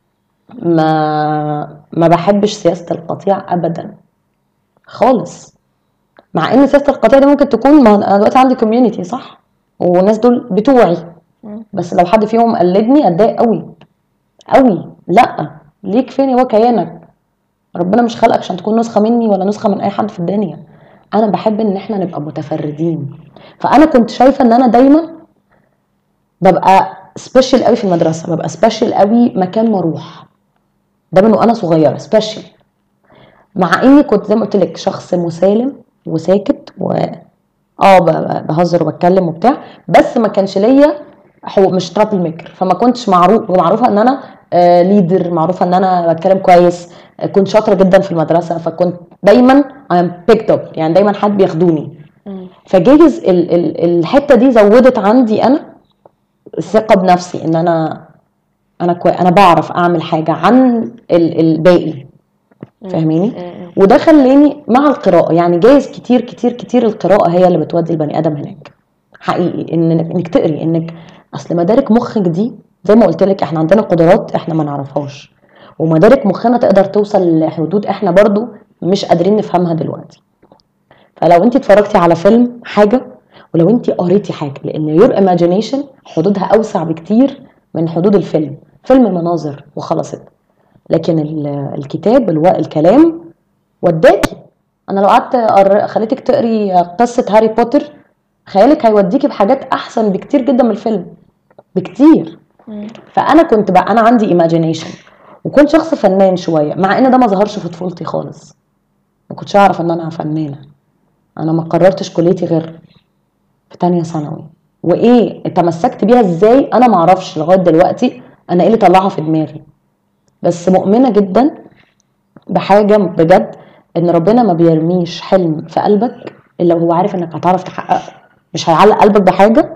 ما بحبش سياسه القطيع ابدا خالص. مع ان سياسه القطيع دي ممكن تكون، ما انا دلوقتي عندي كوميونتي صح، والناس دول بتوعي، بس لو حد فيهم قلدني اتضايق قوي قوي. لا، ليك فين هو كيانك؟ ربنا مش خلقك عشان تكون نسخه مني ولا نسخه من اي حد في الدنيا. انا بحب ان احنا نبقى متفردين. فانا كنت شايفه ان انا دايما ببقى سبيشال قوي في المدرسه، ببقى سبيشال قوي مكان ما اروح، ده من وانا صغيره سبيشال. مع اني كنت زي ما قلت لك شخص مسالم وساكت بهزر وبتكلم وبتاع، بس ما كانش ليا مش ترابل ميكر. فما كنتش معروفه ان انا ليدر، معروفه ان انا بتكلم كويس. كنت شاطره جدا في المدرسه، فكنت دايما I'm picked up، يعني دايما حد بياخدوني. فجايز الحته دي زودت عندي انا الثقه بنفسي ان انا بعرف اعمل حاجه عن الباقي، فاهميني؟ وده خلاني مع القراءه، يعني جايز كتير كتير كتير القراءه هي اللي بتودي البني ادم هناك حقيقي، انك تقري، انك اصل مدارك مخك دي زي ما قلت لك احنا عندنا قدرات احنا ما نعرفهاش، ومدارك مخنا تقدر توصل لحدود احنا برضو مش قادرين نفهمها دلوقتي. فلو انت اتفرجتي على فيلم حاجه، ولو انت قريتي حاجه، لان يور ايماجينيشن حدودها اوسع بكتير من حدود الفيلم. فيلم مناظر وخلصت، لكن الكتاب الكلام وداكي. انا لو قعدت خليتك تقري قصه هاري بوتر، خيالك هيوديكي بحاجات احسن بكتير جدا من الفيلم بكتير. فانا كنت بقى انا عندي ايماجينيشن، وكنت شخص فنان شويه، مع ان ده ما ظهرش في طفولتي خالص. ما كنتش اعرف ان انا فنانه. انا ما قررتش كليتي غير في تانية ثانوي، وايه اتمسكت بيها ازاي انا ما اعرفش لغايه دلوقتي انا ايه اللي طلعها في دماغي. بس مؤمنه جدا بحاجه بجد، ان ربنا ما بيرميش حلم في قلبك الا وهو عارف انك هتعرف تحققه. مش هيعلق قلبك بحاجه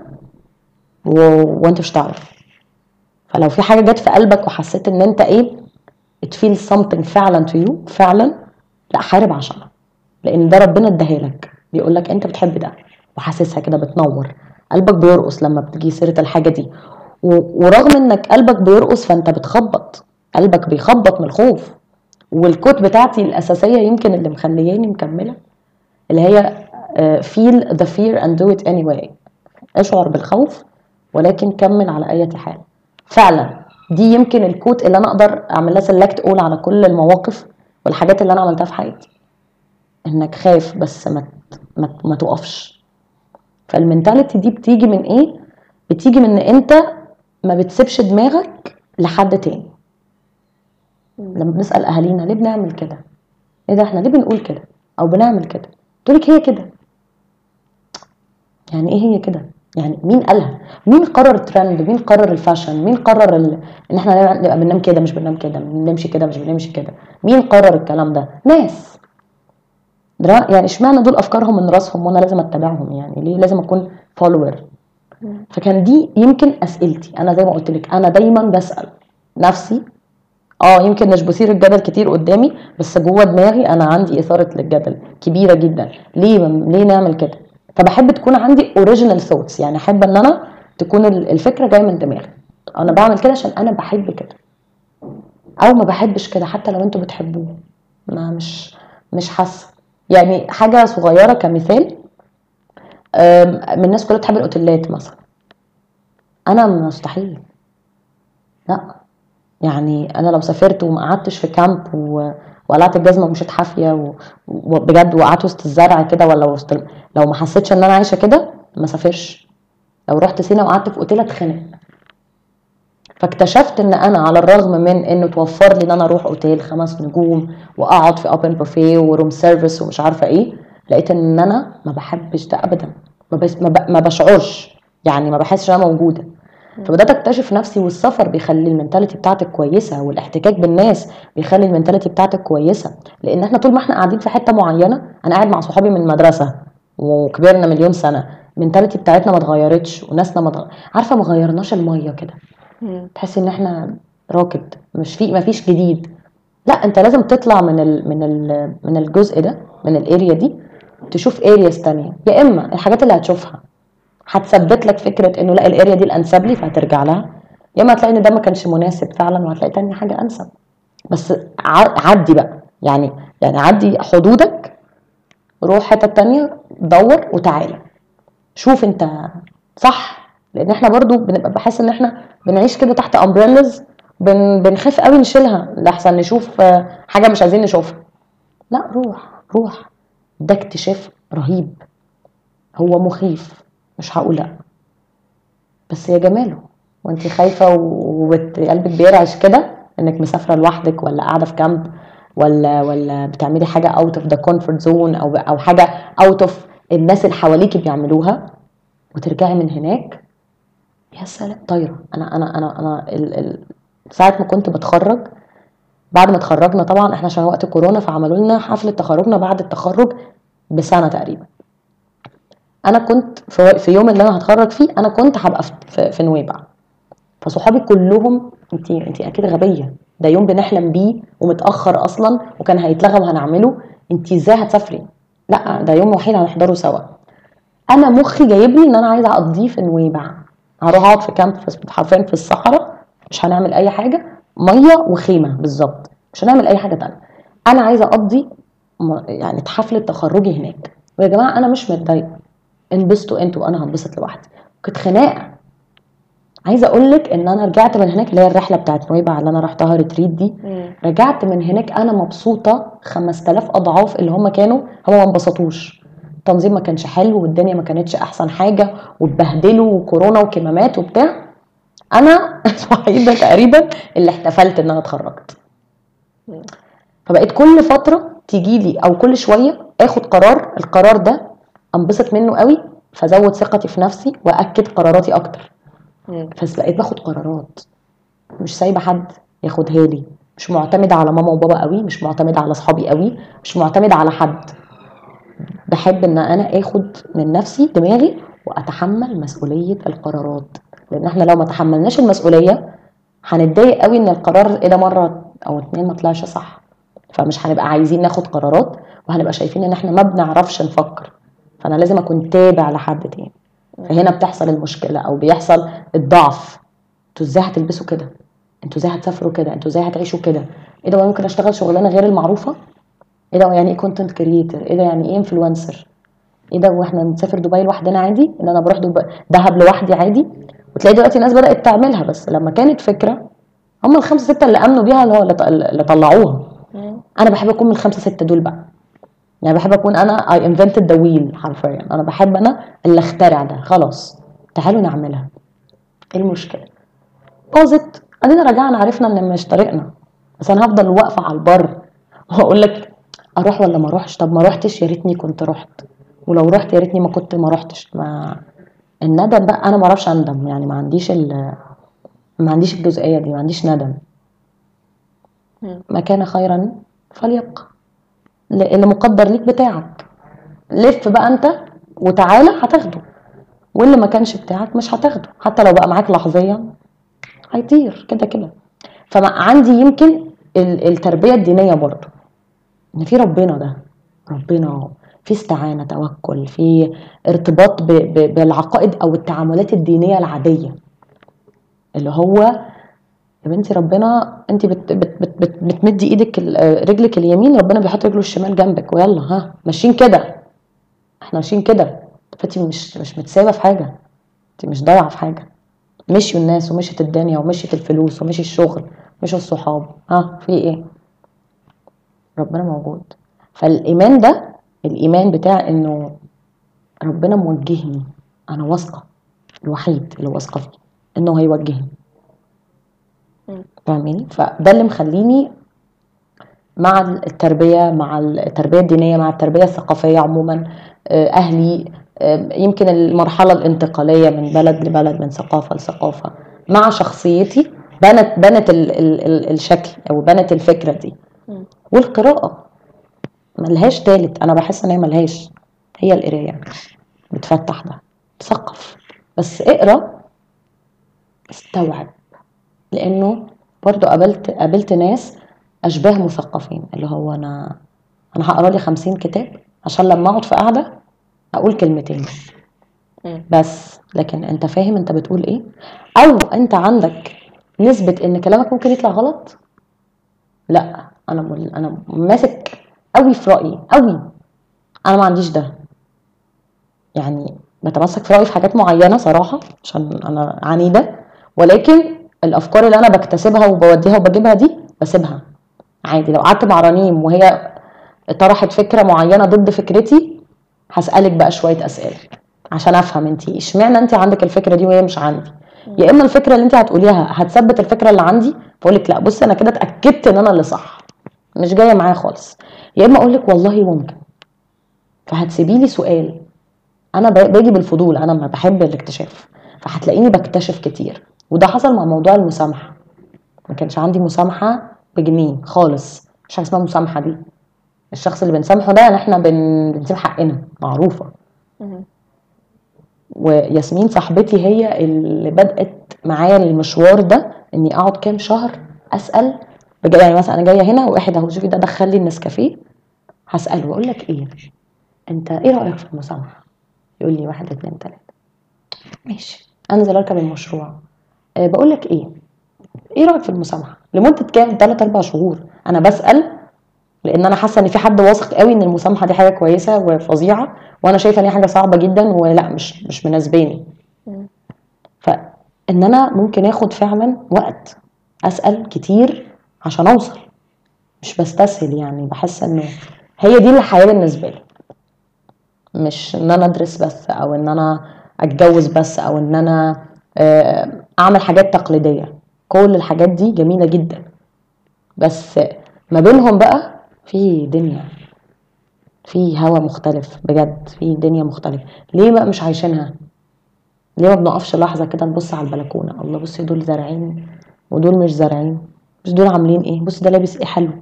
وانت مش تعرف. فلو في حاجه جت في قلبك وحسيت ان انت ايه it feels something فعلا to you فعلا، لا حارب عشانها، لان ده ربنا اداها لك، بيقول لك انت بتحب ده وحاسسها كده بتنور، قلبك بيرقص لما بتجي سيره الحاجه دي. ورغم انك قلبك بيرقص فانت بتخبط، قلبك بيخبط من الخوف. والكوت بتاعتي الاساسيه يمكن اللي مخلياني مكمله، اللي هي feel the fear and do it anyway. اشعر بالخوف ولكن كمل على اي حال. فعلا دي يمكن الكوت اللي انا اقدر اعملها سلكت اقول على كل المواقف والحاجات اللي انا عملتها في حياتي. انك خايف بس ما تقفش. فالمنتاليتي دي بتيجي من ايه؟ بتيجي من ان انت ما بتسيبش دماغك لحد تاني. لما بنسأل اهالينا ليه بنعمل كده، ايه ده احنا ليه بنقول كده او بنعمل كده، تقولك هي كده. يعني ايه هي كده؟ يعني مين قالها؟ مين قرر الترند؟ مين قرر الفاشن؟ مين قرر ان احنا نبقى بننام كده مش بننام كده، بنمشي كده مش بنمشي كده؟ مين قرر الكلام ده؟ ناس. يعني اشمعنى دول افكارهم من راسهم وانا لازم اتبعهم؟ يعني ليه لازم اكون فولوور؟ فكان دي يمكن اسئلتي انا، زي ما قلت لك انا دايما بسال نفسي. يمكن مش بثير الجدل كتير قدامي، بس جوه دماغي انا عندي اثاره للجدل كبيره جدا. ليه نعمل كده؟ فبحب تكون عندي اوريجينال ثوتس، يعني احب ان انا تكون الفكره جايه من دماغي. انا بعمل كده عشان انا بحب كده، او ما بحبش كده حتى لو انتوا بتحبوه. ما مش حاسه. يعني حاجه صغيره كمثال، من الناس كلها بتحب الاوتيلات مثلا، انا مستحيل. لا يعني انا لو سافرت وما قعدتش في كامب وقلعت الجزمه ومشيت حافيه وبجد وقعدت وسط الزرع كده، ولا لو ما حسيتش ان انا عايشه كده ما سافرش. لو رحت سينا وقعدت في اوتيل اتخنق. فاكتشفت ان انا على الرغم من انه توفر لي ان انا اروح اوتيل 5 نجوم واقعد في اوبن بوفيه وروم سيرفيس ومش عارفه ايه، لقيت ان انا ما بحبش ده ابدا. ما بشعرش، يعني ما بحسش انا موجوده. فبدات اكتشف نفسي، والسفر بيخلي المنتاليتي بتاعتك كويسه، والاحتكاك بالناس بيخلي المنتاليتي بتاعتك كويسه. لان احنا طول ما احنا قاعدين في حته معينه، انا قاعد مع صحابي من المدرسه وكبرنا مليون سنه، المنتاليتي بتاعتنا ما اتغيرتش وناسنا عارفه ما غيرناش الميه كده. تحسي ان احنا راكد، ما فيش جديد. لا انت لازم تطلع من الجزء ده، من الاريا دي، تشوف ارياس تانية. يا اما الحاجات اللي هتشوفها هتثبت لك فكره انه لا الاريا دي الانسب لي فهترجع لها، يا اما هتلاقي ان ده ما كانش مناسب فعلا وهتلاقي تاني حاجه انسب. بس عدي بقى، يعني عدي حدودك، روح حته تانية، دور وتعالى شوف انت صح. لان احنا برضو بنبقى بحس ان احنا بنعيش كده تحت امبريلز، بنخاف قوي نشيلها لحسن نشوف حاجه مش عايزين نشوفها. لا روح، ده اكتشاف رهيب. هو مخيف مش هقول لا، بس يا جماله. وانت خايفه وقلبك بيرعش كده انك مسافره لوحدك، ولا قاعده في كامب، ولا بتعملي حاجه اوت اوف ذا كومفورت زون، او حاجه اوت اوف الناس اللي حواليكي بيعملوها، وترجعي من هناك يا سلام طايره. انا ساعه ما كنت بتخرج، بعد ما اتخرجنا طبعا احنا عشان وقت كورونا فعملوا لنا حفله تخرجنا بعد التخرج بسنه تقريبا. انا كنت في يوم اللي انا هتخرج فيه انا كنت هبقى في نويبع. فصحابي كلهم انتي اكيد غبيه، ده يوم بنحلم بيه ومتاخر اصلا وكان هيتلغى وهنعمله، انتي ازاي هتسافري؟ لا ده يوم وحيد هنحضره سوا. انا مخي جايبني ان انا عايزه اقضيه في نويبع، هروح اقعد في كامب حرفيا في الصحراء، مش هنعمل اي حاجه، ميه وخيمه بالظبط، مش هنعمل اي حاجه تانية. انا عايزه اقضي يعني حفله تخرجي هناك. ويا جماعه انا مش متضايقه، انبسطوا انتوا وانا هنبسط لوحدي. كانت خناقه. عايزه اقول لك ان انا رجعت من هناك، اللي هي الرحله بتاعت نويبع اللي انا رحتها ريتريت دي، رجعت من هناك انا مبسوطه 5000 اضعاف اللي هم كانوا. هم ما انبسطوش، التنظيم ما كانش حلو والدنيا ما كانتش احسن حاجه واتبهدلوا وكورونا وكمامات وبتاع. انا الوحيده تقريبا اللي احتفلت ان انا اتخرجت. فبقيت كل فتره تيجي لي او كل شويه اخد القرار ده انبسط منه قوي، فزود ثقتي في نفسي واكد قراراتي اكتر. فبقيت باخد قرارات مش سايبه حد ياخدها لي، مش معتمده على ماما وبابا قوي، مش معتمده على اصحابي قوي، مش معتمده على حد. بحب ان انا اخد من نفسي دماغي واتحمل مسؤوليه القرارات، لان احنا لو ما تحملناش المسؤوليه هنتضايق قوي ان القرار ايه ده مره او اتنين ما طلعش صح. فمش هنبقى عايزين ناخد قرارات وهنبقى شايفين ان احنا ما بنعرفش نفكر. فانا لازم اكون تابع لحد تاني. فهنا بتحصل المشكله او بيحصل الضعف. انتوا ازاي هتلبسوا كده؟ انتوا ازاي هتسافروا كده؟ انتوا ازاي هتعيشوا كده؟ ايه ده ممكن اشتغل شغلانه غير المعروفه؟ ايه ده يعني ايه كونتنت كريتور؟ ايه ده يعني ايه انفلونسر؟ ايه ده واحنا نسافر دبي لوحدنا عادي؟ ان انا بروح دهب لوحدي عادي؟ وتلاقي دلوقتي ناس بدات تعملها، بس لما كانت فكره هم الخمسه سته اللي امنوا بيها اللي هو اللي طلعوها. انا بحب اكون من الخمسه سته دول بقى. يعني بحب اكون انا I invented the wheel حرفيا. انا بحب انا اللي اخترع ده. خلاص تعالوا نعملها. ايه المشكله؟ باظت ادينا رجعنا عرفنا ان مش طريقنا. بس انا هفضل واقفه على البر واقول لك اروح ولا ما اروحش؟ طب ما روحتش يا ريتني كنت رحت، ولو رحت يا ريتني ما كنت ما روحتش. ما الندم بقى انا ما اعرفش اندم، يعني ما عنديش الجزئيه دي، ما عنديش ندم. ما كان خيرا فليبقى، اللي مقدر ليك بتاعك. لف بقى انت وتعالى هتاخده، واللي ما كانش بتاعك مش هتاخده، حتى لو بقى معاك لحظيا هيطير كده كده. فعندي يمكن التربيه الدينيه برضو ان في ربنا، ده ربنا، في استعانه، توكل، في ارتباط بالعقائد او التعاملات الدينيه العاديه، اللي هو يا بنتي ربنا انت بتمدي ايدك رجلك اليمين، ربنا بيحط رجله الشمال جنبك، ويلا ها ماشيين كده، احنا ماشيين كده. فانت مش متساويه في حاجه، انت مش ضايعه في حاجه. مشيوا الناس ومشيت الدنيا ومشيت الفلوس ومشي الشغل، مشوا الصحاب، ها في ايه؟ ربنا موجود. فالايمان ده، الايمان بتاع انه ربنا موجهني، انا واثقه، الوحيد اللي واثقه فيه انه هيوجهني. فاهميني؟ فده اللي مخليني مع التربيه الدينيه، مع التربيه الثقافيه عموما. اهلي يمكن المرحله الانتقاليه من بلد لبلد، من ثقافه لثقافه، مع شخصيتي بنت الشكل او بنت الفكره دي. والقراءه ملهاش تالت، انا بحس ان هي ملهاش، هي القرايه بتفتح ده، تثقف. بس اقرا، استوعب. لانه برضو قابلت ناس اشباه مثقفين، اللي هو انا هقرا لي 50 كتاب عشان لما اقعد في قاعده اقول كلمتين بس. لكن انت فاهم انت بتقول ايه؟ او انت عندك نسبه ان كلامك ممكن يطلع غلط؟ لا، انا ماسك قوي في رايي قوي. انا ما عنديش ده، يعني بتمسك في رايي في حاجات معينه صراحه عشان انا عنيده، ولكن الافكار اللي انا بكتسبها وبوديها وبجيبها دي بسيبها عادي. لو قعدت مع رنيم وهي طرحت فكره معينه ضد فكرتي، هسالك بقى شويه اسئله عشان افهم انتي اشمعنى انتي عندك الفكره دي وهي مش عندي. يا اما الفكره اللي انتي هتقوليها هتثبت الفكره اللي عندي فاقولك لا بصي انا كده اتاكدت ان انا اللي صح، مش جايه معايا خالص. يا اما اقولك والله ممكن، فهتسيبيلي سؤال. انا باجي بالفضول، انا ما بحب الاكتشاف، فهتلاقيني بكتشف كتير. وده حصل مع موضوع المسامحه. ما كانش عندي مسامحه بجنيه خالص، مش حاجه اسمها مسامحه دي. الشخص اللي بنسامحه ده ان احنا بنسيب حقنا، معروفه. وياسمين صاحبتي هي اللي بدأت معايا المشوار ده، اني اقعد كام شهر اسأل بجد. يعني مثلا انا جاية هنا واحد اهو شوفي ده دخل لي النسكافيه، هسأله واقول لك ايه، انت ايه رأيك في المسامحة؟ يقول لي 1 2 3. ماشي، انزل اركب المشروع، بقول لك ايه رأيك في المسامحة؟ لمدة كام؟ 3 4 شهور انا بسأل، لان انا حاسه ان في حد واثق قوي ان المسامحه دي حاجه كويسه وفظيعه، وانا شايفه ان هي حاجه صعبه جدا ولا مش مناسباني. فان انا ممكن اخد فعلا وقت اسال كتير عشان اوصل، مش بستسهل. يعني بحس انه هي دي الحياه بالنسبه لي، مش ان انا ادرس بس او ان انا اتجوز بس او ان انا اعمل حاجات تقليديه. كل الحاجات دي جميله جدا، بس ما بينهم بقى في دنيا، في هوا مختلف بجد، في دنيا مختلفة. ليه بقى مش عايشينها؟ ليه ما بنقفش لحظة كده نبص على البلكونة، الله بصي دول زارعين ودول مش زارعين، بس دول عاملين ايه، بص ده لابس ايه حلو.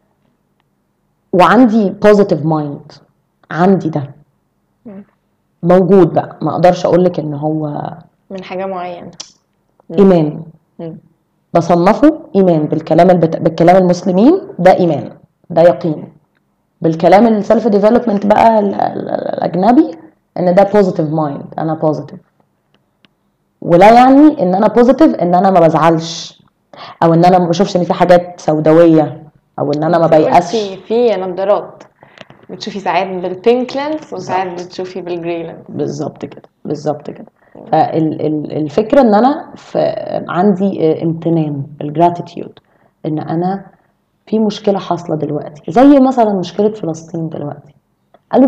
وعندي positive mind، عندي ده موجود بقى. ما اقدرش اقولك ان هو من حاجة معينة. ايمان، بصنفه ايمان بالكلام المسلمين ده ايمان، ده يقين. بالكلام السلف ديفلوبمنت بقى الاجنبي ان ده positive mind، انا positive. ولا يعني ان انا بوزيتيف ان انا ما بزعلش او ان انا ما بشوفش ان في حاجات سوداويه او ان انا ما بيأسش. في نظارات بتشوفي ساعات بالبينك لينس وساعات بتشوفي بالجري لينس. بالظبط كده، بالظبط كده. فالفكره ان انا عندي امتنان، الجراتيتيود، ان انا في مشكله حاصله دلوقتي زي مثلا مشكله فلسطين دلوقتي، قلبي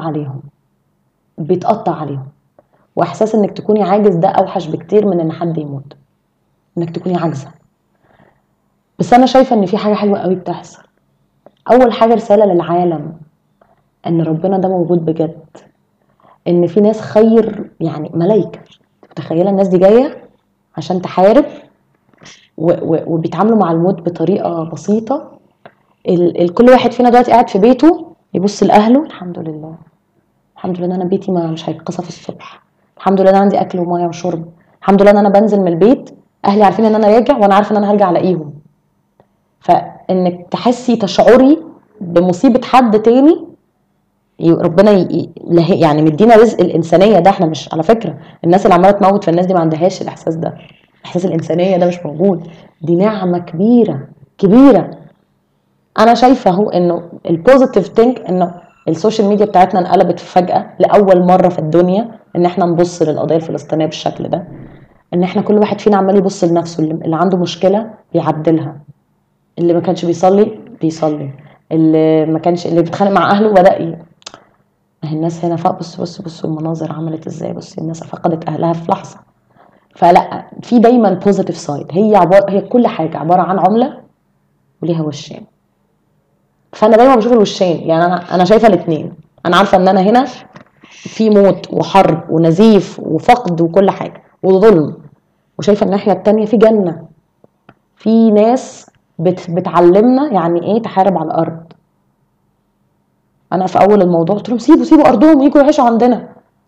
بيتقطع عليهم. واحساس انك تكوني عاجز ده اوحش بكتير من ان حد يموت، انك تكوني عاجزه. بس انا شايفه ان في حاجه حلوه قوي بتحصل. اول حاجه رساله للعالم ان ربنا ده موجود بجد، ان في ناس خير، يعني ملايكه. متخيله الناس دي جايه عشان تحارب وبيتعاملوا مع الموت بطريقه بسيطه. كل واحد فينا دلوقتي قاعد في بيته يبص لاهله، الحمد لله، الحمد لله ان انا بيتي ما مش هيتقصف الصبح، الحمد لله ان عندي اكل وميه وشرب، الحمد لله ان انا بنزل من البيت اهلي عارفين ان انا راجع وانا عارفه ان انا هرجع الاقيهم. فانك تحسي تشعري بمصيبه حد تاني، ربنا يعني مدينا رزق الانسانيه ده. احنا مش على فكره الناس اللي عماله تموت في الناس دي ما عندهاش الاحساس ده، احساس الانسانيه ده مش موجود. دي نعمه كبيره كبيره. انا شايفه اهو انه البوزيتيف ثينك انه السوشيال ميديا بتاعتنا انقلبت فجاه لاول مره في الدنيا ان احنا نبص للقضيه الفلسطينيه بالشكل ده، ان احنا كل واحد فينا عمال يبص لنفسه، اللي عنده مشكله بيعدلها، اللي ما كانش بيصلي، اللي ما كانش اللي بيتخانق مع اهله بدأ ما هي الناس هنا بص المناظر عملت ازاي، بص الناس فقدت اهلها في لحظه. فلا، في دايما بوزيتيف سايد. هي كل حاجه عباره عن عمله وليها وشين. فانا دايما بشوف الوشين، يعني انا شايفه الاثنين. انا عارفه ان انا هنا في موت وحرب ونزيف وفقد وكل حاجه وظلم، وشايفه الناحيه التانية في جنه، في ناس بتعلمنا يعني ايه تحارب على الارض. انا في اول الموضوع قلت لهم سيبوا ارضهم ويجوا يعيشوا عندنا،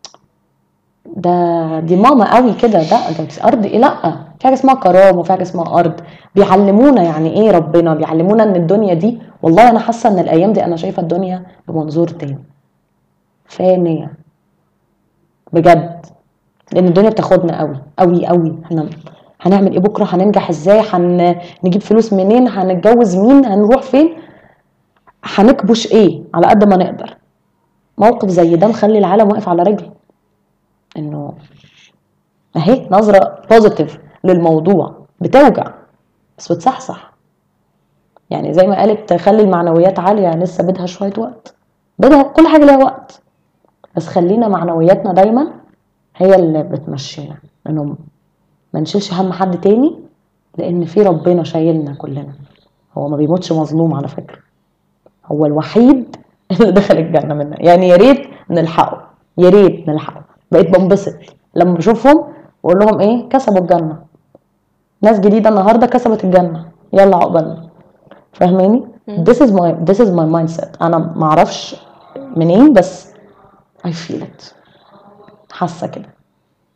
دي ماما قوي كده، ده ارض ايه؟ لا، في حاجه اسمها كرامه وفي حاجه اسمها ارض. بيعلمونا يعني ايه ربنا، بيعلمونا ان الدنيا دي، والله انا حاسه ان الايام دي انا شايفه الدنيا بمنظور تاني، فانيه بجد. لان الدنيا بتاخدنا قوي قوي قوي. احنا هنعمل ايه بكره، هننجح ازاي، هنجيب فلوس منين، هنتجوز مين، هنروح فين، هنكبش ايه على قد ما نقدر. موقف زي ده مخلي العالم واقف على رجله، انه اهي نظره بوزيتيف للموضوع بتوجع بس بتصحصح. يعني زي ما قالت خلي المعنويات عاليه، لسه بدها شويه وقت، بدها كل حاجه ليها وقت، بس خلينا معنوياتنا دايما هي اللي بتمشينا، انه ما نشيلش هم حد تاني، لان في ربنا شايلنا كلنا. هو ما بيموتش مظلوم على فكره، هو الوحيد اللي دخل الجنه منا. يعني يا ريت نلحقه، يا ريت نلحقه. بقيت بنبسط لما بشوفهم واقول لهم ايه، كسبوا الجنه، ناس جديده النهارده كسبت الجنه، يلا عقبالنا. فاهماني؟ this is my mindset. انا ما اعرفش منين بس I feel it، حاسه كده.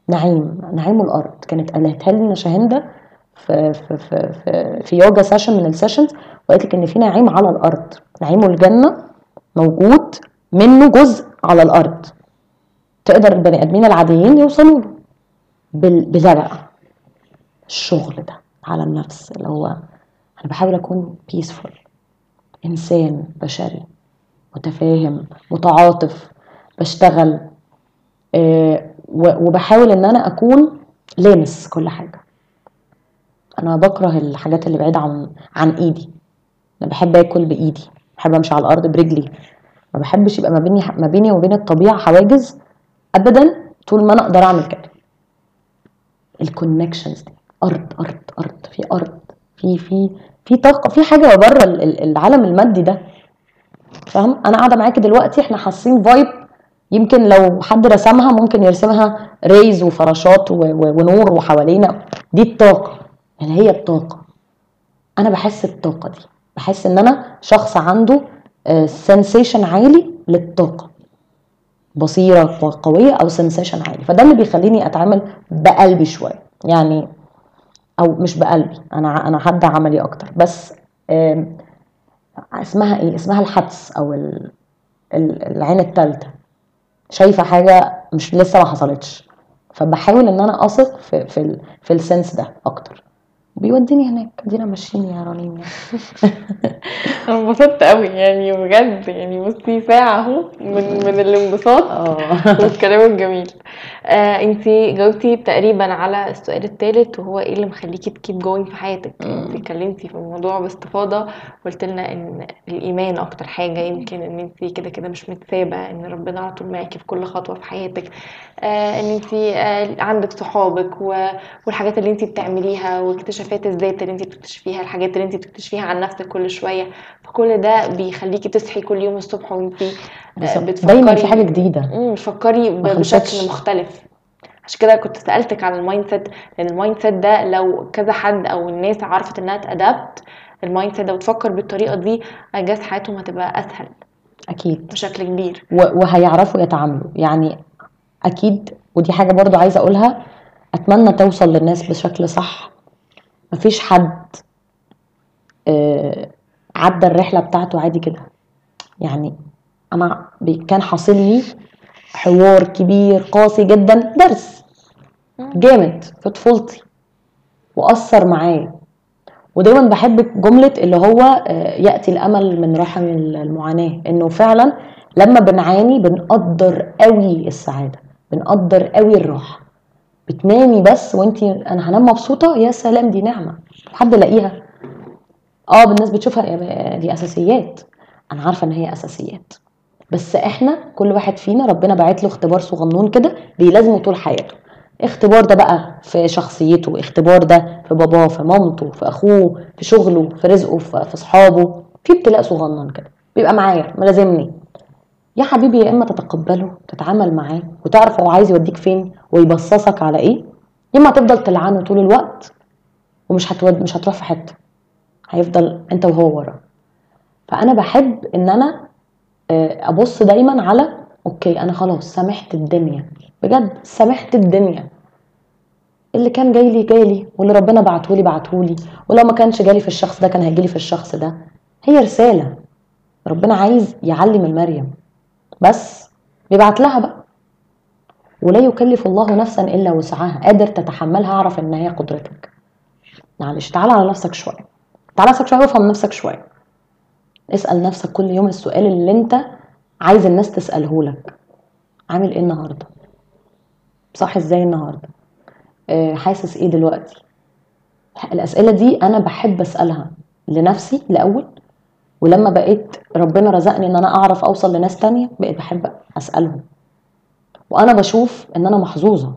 نعيم الارض. كانت قالتها لنا شاهندة في يوجا سيشن من السيشنز، وقالت لك ان في نعيم على الارض، نعيم الجنه موجود منه جزء على الارض، تقدر البني ادمين العاديين يوصلوا له بده بقى الشغل ده على النفس، اللي هو انا بحاول اكون بيسفول، انسان بشري متفاهم متعاطف، بشتغل وبحاول ان انا اكون لامس كل حاجه. انا بكره الحاجات اللي بعيده عن ايدي. انا بحب اكل بايدي، بحب امشي على الارض برجلي، ما بحبش يبقى ما بيني وبين الطبيعه حواجز ابدا طول ما انا اقدر اعمل كده. الكونكشنز دي ارض في ارض، في طاقه، في حاجه بره العالم المادي ده، فاهم؟ انا قاعده معاكي دلوقتي، احنا حاسين فايب، يمكن لو حد رسمها ممكن يرسمها ريز وفراشات ونور وحوالينا، دي الطاقه، يعني هي الطاقه. انا بحس الطاقه دي، بحس ان انا شخص عنده سنسيشن عالي للطاقه، بصيره قويه او سنسيشن عالي، فده اللي بيخليني اتعامل بقلبي شويه يعني، او مش بقلبي، انا حد عملي اكتر. بس اسمها ايه، اسمها الحدس او العين الثالثه، شايفه حاجه مش لسه ما حصلتش، فبحاول ان انا اثق في السنس ده اكتر، بيوديني هناك. دينا ماشيين يا رنين يعني. انا انبسطت قوي يعني بجد، يعني بصي ساعه اهو من الانبساط والكلام الجميل. انتي جاوبتي تقريبا على السؤال الثالث، وهو ايه اللي مخليكي تكيب جوينج في حياتك. انتي اتكلمتي في الموضوع باستفاضه، قلت لنا ان الايمان اكتر حاجه، يمكن ان انتي كده كده مش متسابه، ان ربنا على طول معاكي في كل خطوه في حياتك، ان انتي عندك صحابك والحاجات اللي انتي بتعمليها، واكتشافات الذات اللي انتي بتكتشفيها، الحاجات اللي انتي بتكتشفيها عن نفسك كل شويه، فكل ده بيخليكي تصحي كل يوم الصبح وانتي دايما في حاجه جديده، بتفكري بشكل مختلف. عشان كده كنت سألتك عن المايند سيت، لان المايند سيت ده لو كذا حد او الناس عرفت انها تأدابت المايند سيت ده وتفكر بالطريقه دي، اجاز حياتهم هتبقى اسهل اكيد بشكل كبير، وهيعرفوا يتعاملوا يعني اكيد. ودي حاجه برضو عايزه اقولها، اتمنى توصل للناس بشكل صح. مفيش حد عدى الرحله بتاعته عادي كده يعني. انا كان حاصل لي حوار كبير قاسي جدا، درس جامد في طفولتي واثر معايا. ودايما بحب جمله اللي هو ياتي الامل من رحم المعاناه، انه فعلا لما بنعاني بنقدر قوي السعاده، بنقدر قوي الراحه. بتنامي بس وانتي انا هنام مبسوطه، يا سلام، دي نعمه حد لاقيها. بالناس بتشوفها دي اساسيات، انا عارفه ان هي اساسيات، بس احنا كل واحد فينا ربنا باعت له اختبار صغنون كده بيلازمه طول حياته. اختبار ده بقى في شخصيته، اختبار ده في باباه، في مامته، في اخوه، في شغله، في رزقه، في اصحابه، في ابتلاء صغنن كده بيبقى معايا ملازمني. يا حبيبي، يا اما تتقبله تتعامل معاه وتعرف هو عايز يوديك فين ويبصصك على ايه، يا اما هتفضل تلعنه طول الوقت مش هتروح في حته، هيفضل انت وهو ورا. فانا بحب ان انا ابص دايما على اوكي، انا خلاص سامحت الدنيا، بجد سامحت الدنيا. اللي كان جاي لي واللي ربنا بعتهولي، ولو ما كانش جالي في الشخص ده كان هيجيلي في الشخص ده. هي رسالة ربنا عايز يعلم المريم، بس بيبعت لها بقى. ولا يكلف الله نفسا الا وسعها، قادر تتحملها، اعرف ان هي قدرتك. معلش تعالى على نفسك شويه، تعالى نفسك شويه وافهم نفسك شويه. اسال نفسك كل يوم السؤال اللي انت عايز الناس تساله لك: عامل ايه النهارده؟ صح ازاي النهارده؟ حاسس ايه دلوقتي؟ الاسئله دي انا بحب اسالها لنفسي الاول، ولما بقيت ربنا رزقني ان انا اعرف اوصل لناس تانية بقيت بحب اسالهم. وانا بشوف ان انا محظوظه،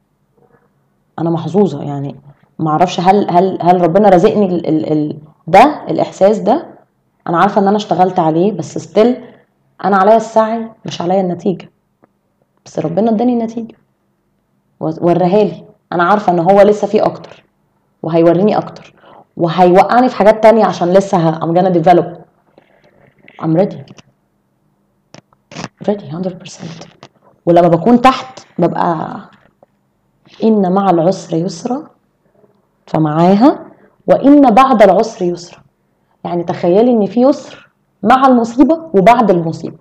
انا محظوظه يعني. ما اعرفش هل ربنا رزقني ده الاحساس ده. انا عارفه ان انا اشتغلت عليه، بس ستيل انا عليا السعي مش عليا النتيجه، بس ربنا اداني النتيجه وراها لي. انا عارفه ان هو لسه فيه اكتر وهيوريني اكتر وهيوقعني في حاجات تانية عشان لسه I'm gonna develop. I'm ready 100%. ولما بكون تحت ببقى ان مع العسر يسرا، فمعاها وان بعد العسر يسرا. يعني تخيلي ان في يسر مع المصيبه وبعد المصيبه.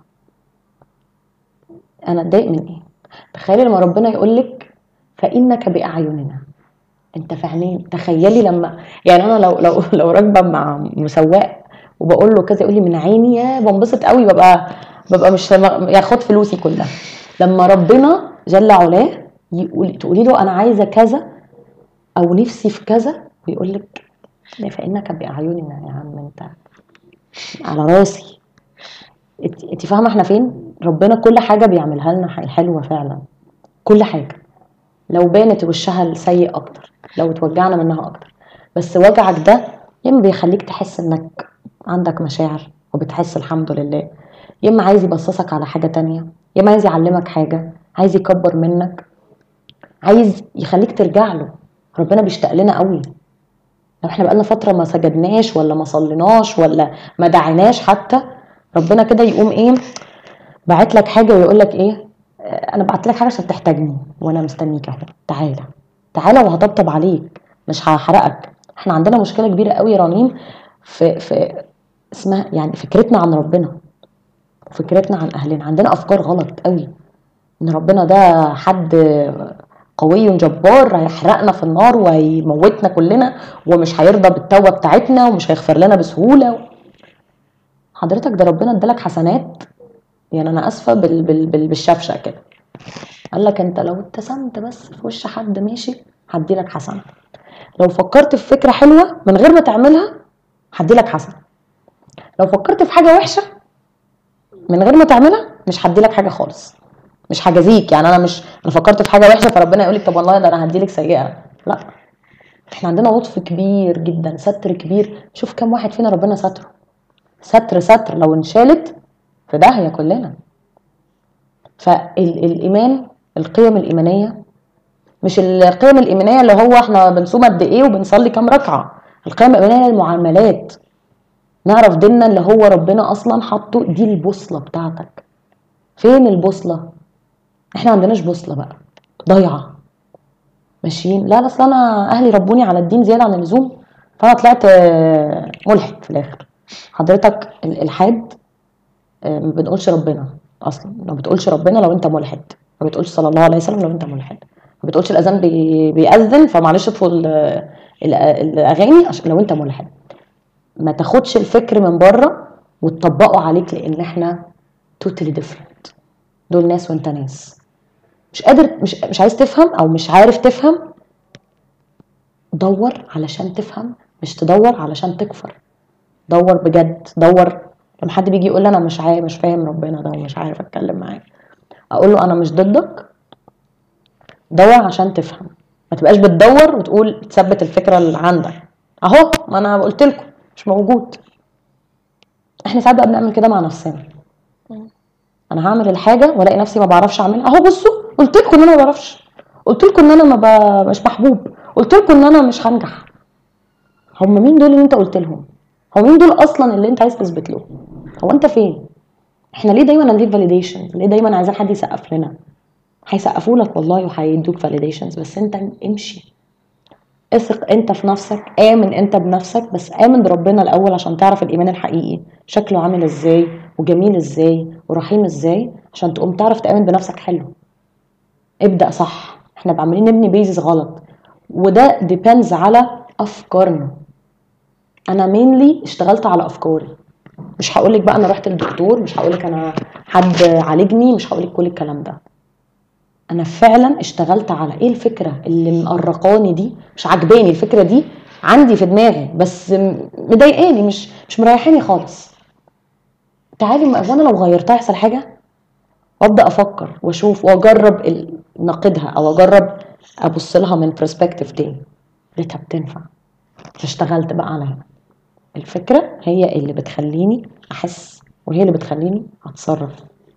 انا اتضايق من ايه؟ تخيلي لما ربنا يقولك فانك باعيننا، انت فاهمين؟ تخيلي لما يعني انا لو راكبه مع مسواق وبقول له كذا يقول لي من عيني، يا بنبسط قوي، ببقى مش ياخد فلوسي كلها. لما ربنا جل علاه تقولي له انا عايزه كذا او نفسي في كذا ويقول لك فانك باعيننا، يا عم انت على راسي. انت فاهمه احنا فين؟ ربنا كل حاجه بيعملها لنا حلوه فعلا، كل حاجه، لو بانت وشها السيء اكتر، لو اتوجعنا منها اكتر. بس وجعك ده يا اما بيخليك تحس انك عندك مشاعر وبتحس الحمد لله، يا اما عايز يبصصك على حاجه تانية، يا اما عايز يعلمك حاجه، عايز يكبر منك، عايز يخليك ترجع له. ربنا بيشتاق لنا قوي. لو احنا بقالنا فتره ما سجدناش ولا ما صليناش ولا ما دعيناش حتى، ربنا كده يقوم ايه، بعت لك حاجه ويقول لك ايه، انا بعت لك حاجه عشان تحتاجني وانا مستنيك اهو، تعالى تعالى وهطبطب عليك، مش هحرقك. احنا عندنا مشكله كبيره قوي يا رنيم في اسمها يعني فكرتنا عن ربنا وفكرتنا عن اهلنا. عندنا افكار غلط قوي ان ربنا ده حد قوي جبار هيحرقنا في النار وهيموتنا كلنا ومش هيرضى بالتوبه بتاعتنا ومش هيغفر لنا بسهوله. حضرتك ده ربنا ادالك حسنات، يعني انا اسفه بالشفشه كده، قال لك انت لو ابتسمت بس في وش حد ماشي هديلك حسنه، لو فكرت في فكره حلوه من غير ما تعملها هديلك حسنه، لو فكرت في حاجه وحشه من غير ما تعملها مش هديلك حاجه خالص، مش هجازيك. يعني انا فكرت في حاجه وحشه فربنا يقول لك طب والله ده انا هديلك سيئه، لا. احنا عندنا لطف كبير جدا، ستر كبير. شوف كم واحد فينا ربنا ستره، ستر لو انشالت في داهيه كلنا. فالايمان، القيم الايمانيه، مش القيم الايمانيه اللي هو احنا بنصوم قد ايه وبنصلي كام ركعه، القيم الايمانيه المعاملات، نعرف ديننا اللي هو ربنا اصلا حطه، دي البوصله بتاعتك. فين البوصله؟ احنا عندناش بوصله بقى، ضايعه ماشيين. لا اصل انا اهلي ربوني على الدين زياده عن اللزوم فانا طلعت ملحد في الاخر. حضرتك الالحاد ما بنقولش ربنا اصلا، ما بتقولش ربنا لو انت ملحد، ما بتقولش صلى الله عليه وسلم لو انت ملحد، ما بتقولش الاذان بيأذن فمعلش اطفوا الاغاني عشان لو انت ملحد. ما تاخدش الفكر من بره وتطبقه عليك، لان احنا totally different. دول ناس وانت ناس. مش قادر، مش عايز تفهم او مش عارف تفهم، دور علشان تفهم، مش تدور علشان تكفر. دور بجد، دور. لما حد بيجي يقول لي انا مش فاهم ربنا ده ومش عارف اتكلم معاه، اقول له انا مش ضدك، دور عشان تفهم. ما تبقاش بتدور وتقول تثبت الفكره اللي عندك اهو، ما انا قلت لكم مش موجود. احنا ساعات بقى بنعمل كده مع نفسنا. انا هعمل الحاجه والاقي نفسي ما بعرفش اعملها، اهو بصوا قلت لكم ان انا ما بعرفش، قلت لكم ان انا مش محبوب، قلت لكم ان انا مش هنجح. هم مين دول اللي انت قلت لهم؟ هو مين دول اصلا اللي انت عايز تثبت لهم؟ هو انت فين؟ احنا ليه دايما عندنا فاليديشن؟ ليه دايما عايزين حد يسقف لنا؟ هيسقفوا لك والله وهيدوك فاليديشنز، بس انت امشي، اثق انت في نفسك، امن انت بنفسك، بس امن بربنا الاول عشان تعرف الايمان الحقيقي شكله عامل ازاي وجميل ازاي ورحيم ازاي، عشان تقوم تعرف تامن بنفسك. حلو، ابدا صح. احنا عمالين نبني بيزز غلط، وده ديبندز على افكارنا. انا مينلي اشتغلت على افكاري، مش هقولك بقى انا رحت للدكتور، مش هقولك انا حد عالجني، مش هقولك كل الكلام ده. انا فعلا اشتغلت على ايه الفكره اللي مقرقاني دي، مش عجباني الفكره دي عندي في دماغي بس مضايقاني، مش مريحاني خالص. تعالي وانا لو غيرتها يحصل حاجه، وابدا افكر واشوف واجرب نقدها او اجرب ابص لها من برسبكتيف تاني، لقيتها بتنفع. فاشتغلت بقى عليها. الفكره هي اللي بتخليني احس وهي اللي بتخليني اتصرف.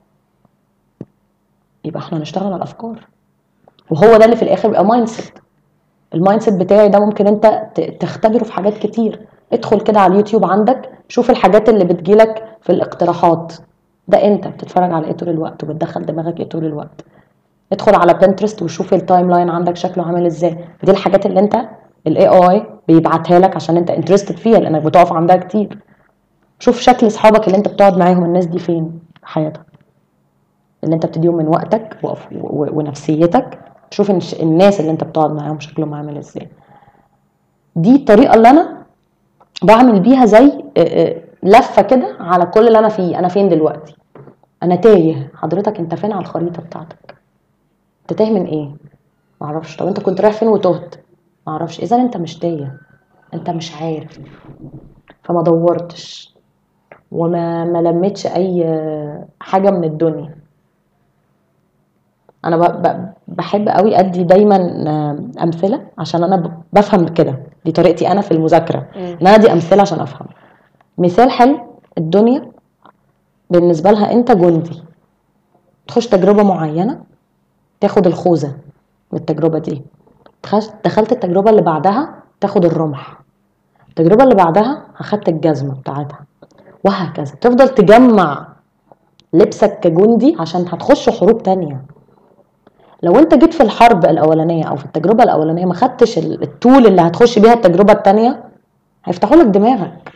يبقى احنا نشتغل على الافكار، وهو ده اللي في الاخر بيبقى مايند سيت. المايند سيت بتاعي ده ممكن انت تختبره في حاجات كتير. ادخل كده على اليوتيوب عندك، شوف الحاجات اللي بتجيلك في الاقتراحات، ده انت بتتفرج على ايه طول الوقت وبتدخل دماغك ايه طول الوقت. ادخل على بنترست وشوف التايم لاين عندك شكله عامل ازاي. دي الحاجات اللي انت الاي اي بيبعتها لك عشان انت انترستد فيها لانك بتقف عندها كتير. شوف شكل اصحابك اللي انت بتقعد معاهم، الناس دي فين في حياتك اللي انت بتديهم من وقتك ونفسيتك. شوف الناس اللي انت بتقعد معاهم شكلهم عامل ازاي. دي الطريقه اللي انا بعمل بيها زي لفه كده على كل اللي انا فيه. انا فين دلوقتي؟ انا تايه. حضرتك انت فين على الخريطه بتاعتك؟ انت تايه من ايه؟ معرفش. طب انت كنت رايح فين وتهت؟ معرفش. اذا انت مش تايه، انت مش عارف، فما دورتش وما لمتش اي حاجه من الدنيا. انا بحب قوي ادي دايما امثله عشان انا بفهم كده. دي طريقتي انا في المذاكره، ان انا ادي امثله عشان افهم. مثال حلو، الدنيا بالنسبه لها انت جندي، تخش تجربه معينه تاخد الخوذه من التجربه دي، دخلت التجربه اللي بعدها تاخد الرمح، التجربه اللي بعدها اخدت الجزمه بتاعتها، وهكذا. تفضل تجمع لبسك كجندي عشان هتخش حروب تانية. لو انت جيت في الحرب الاولانيه او في التجربه الاولانيه ما خدتش التول اللي هتخش بيها التجربه التانية، هيفتحوا لك دماغك.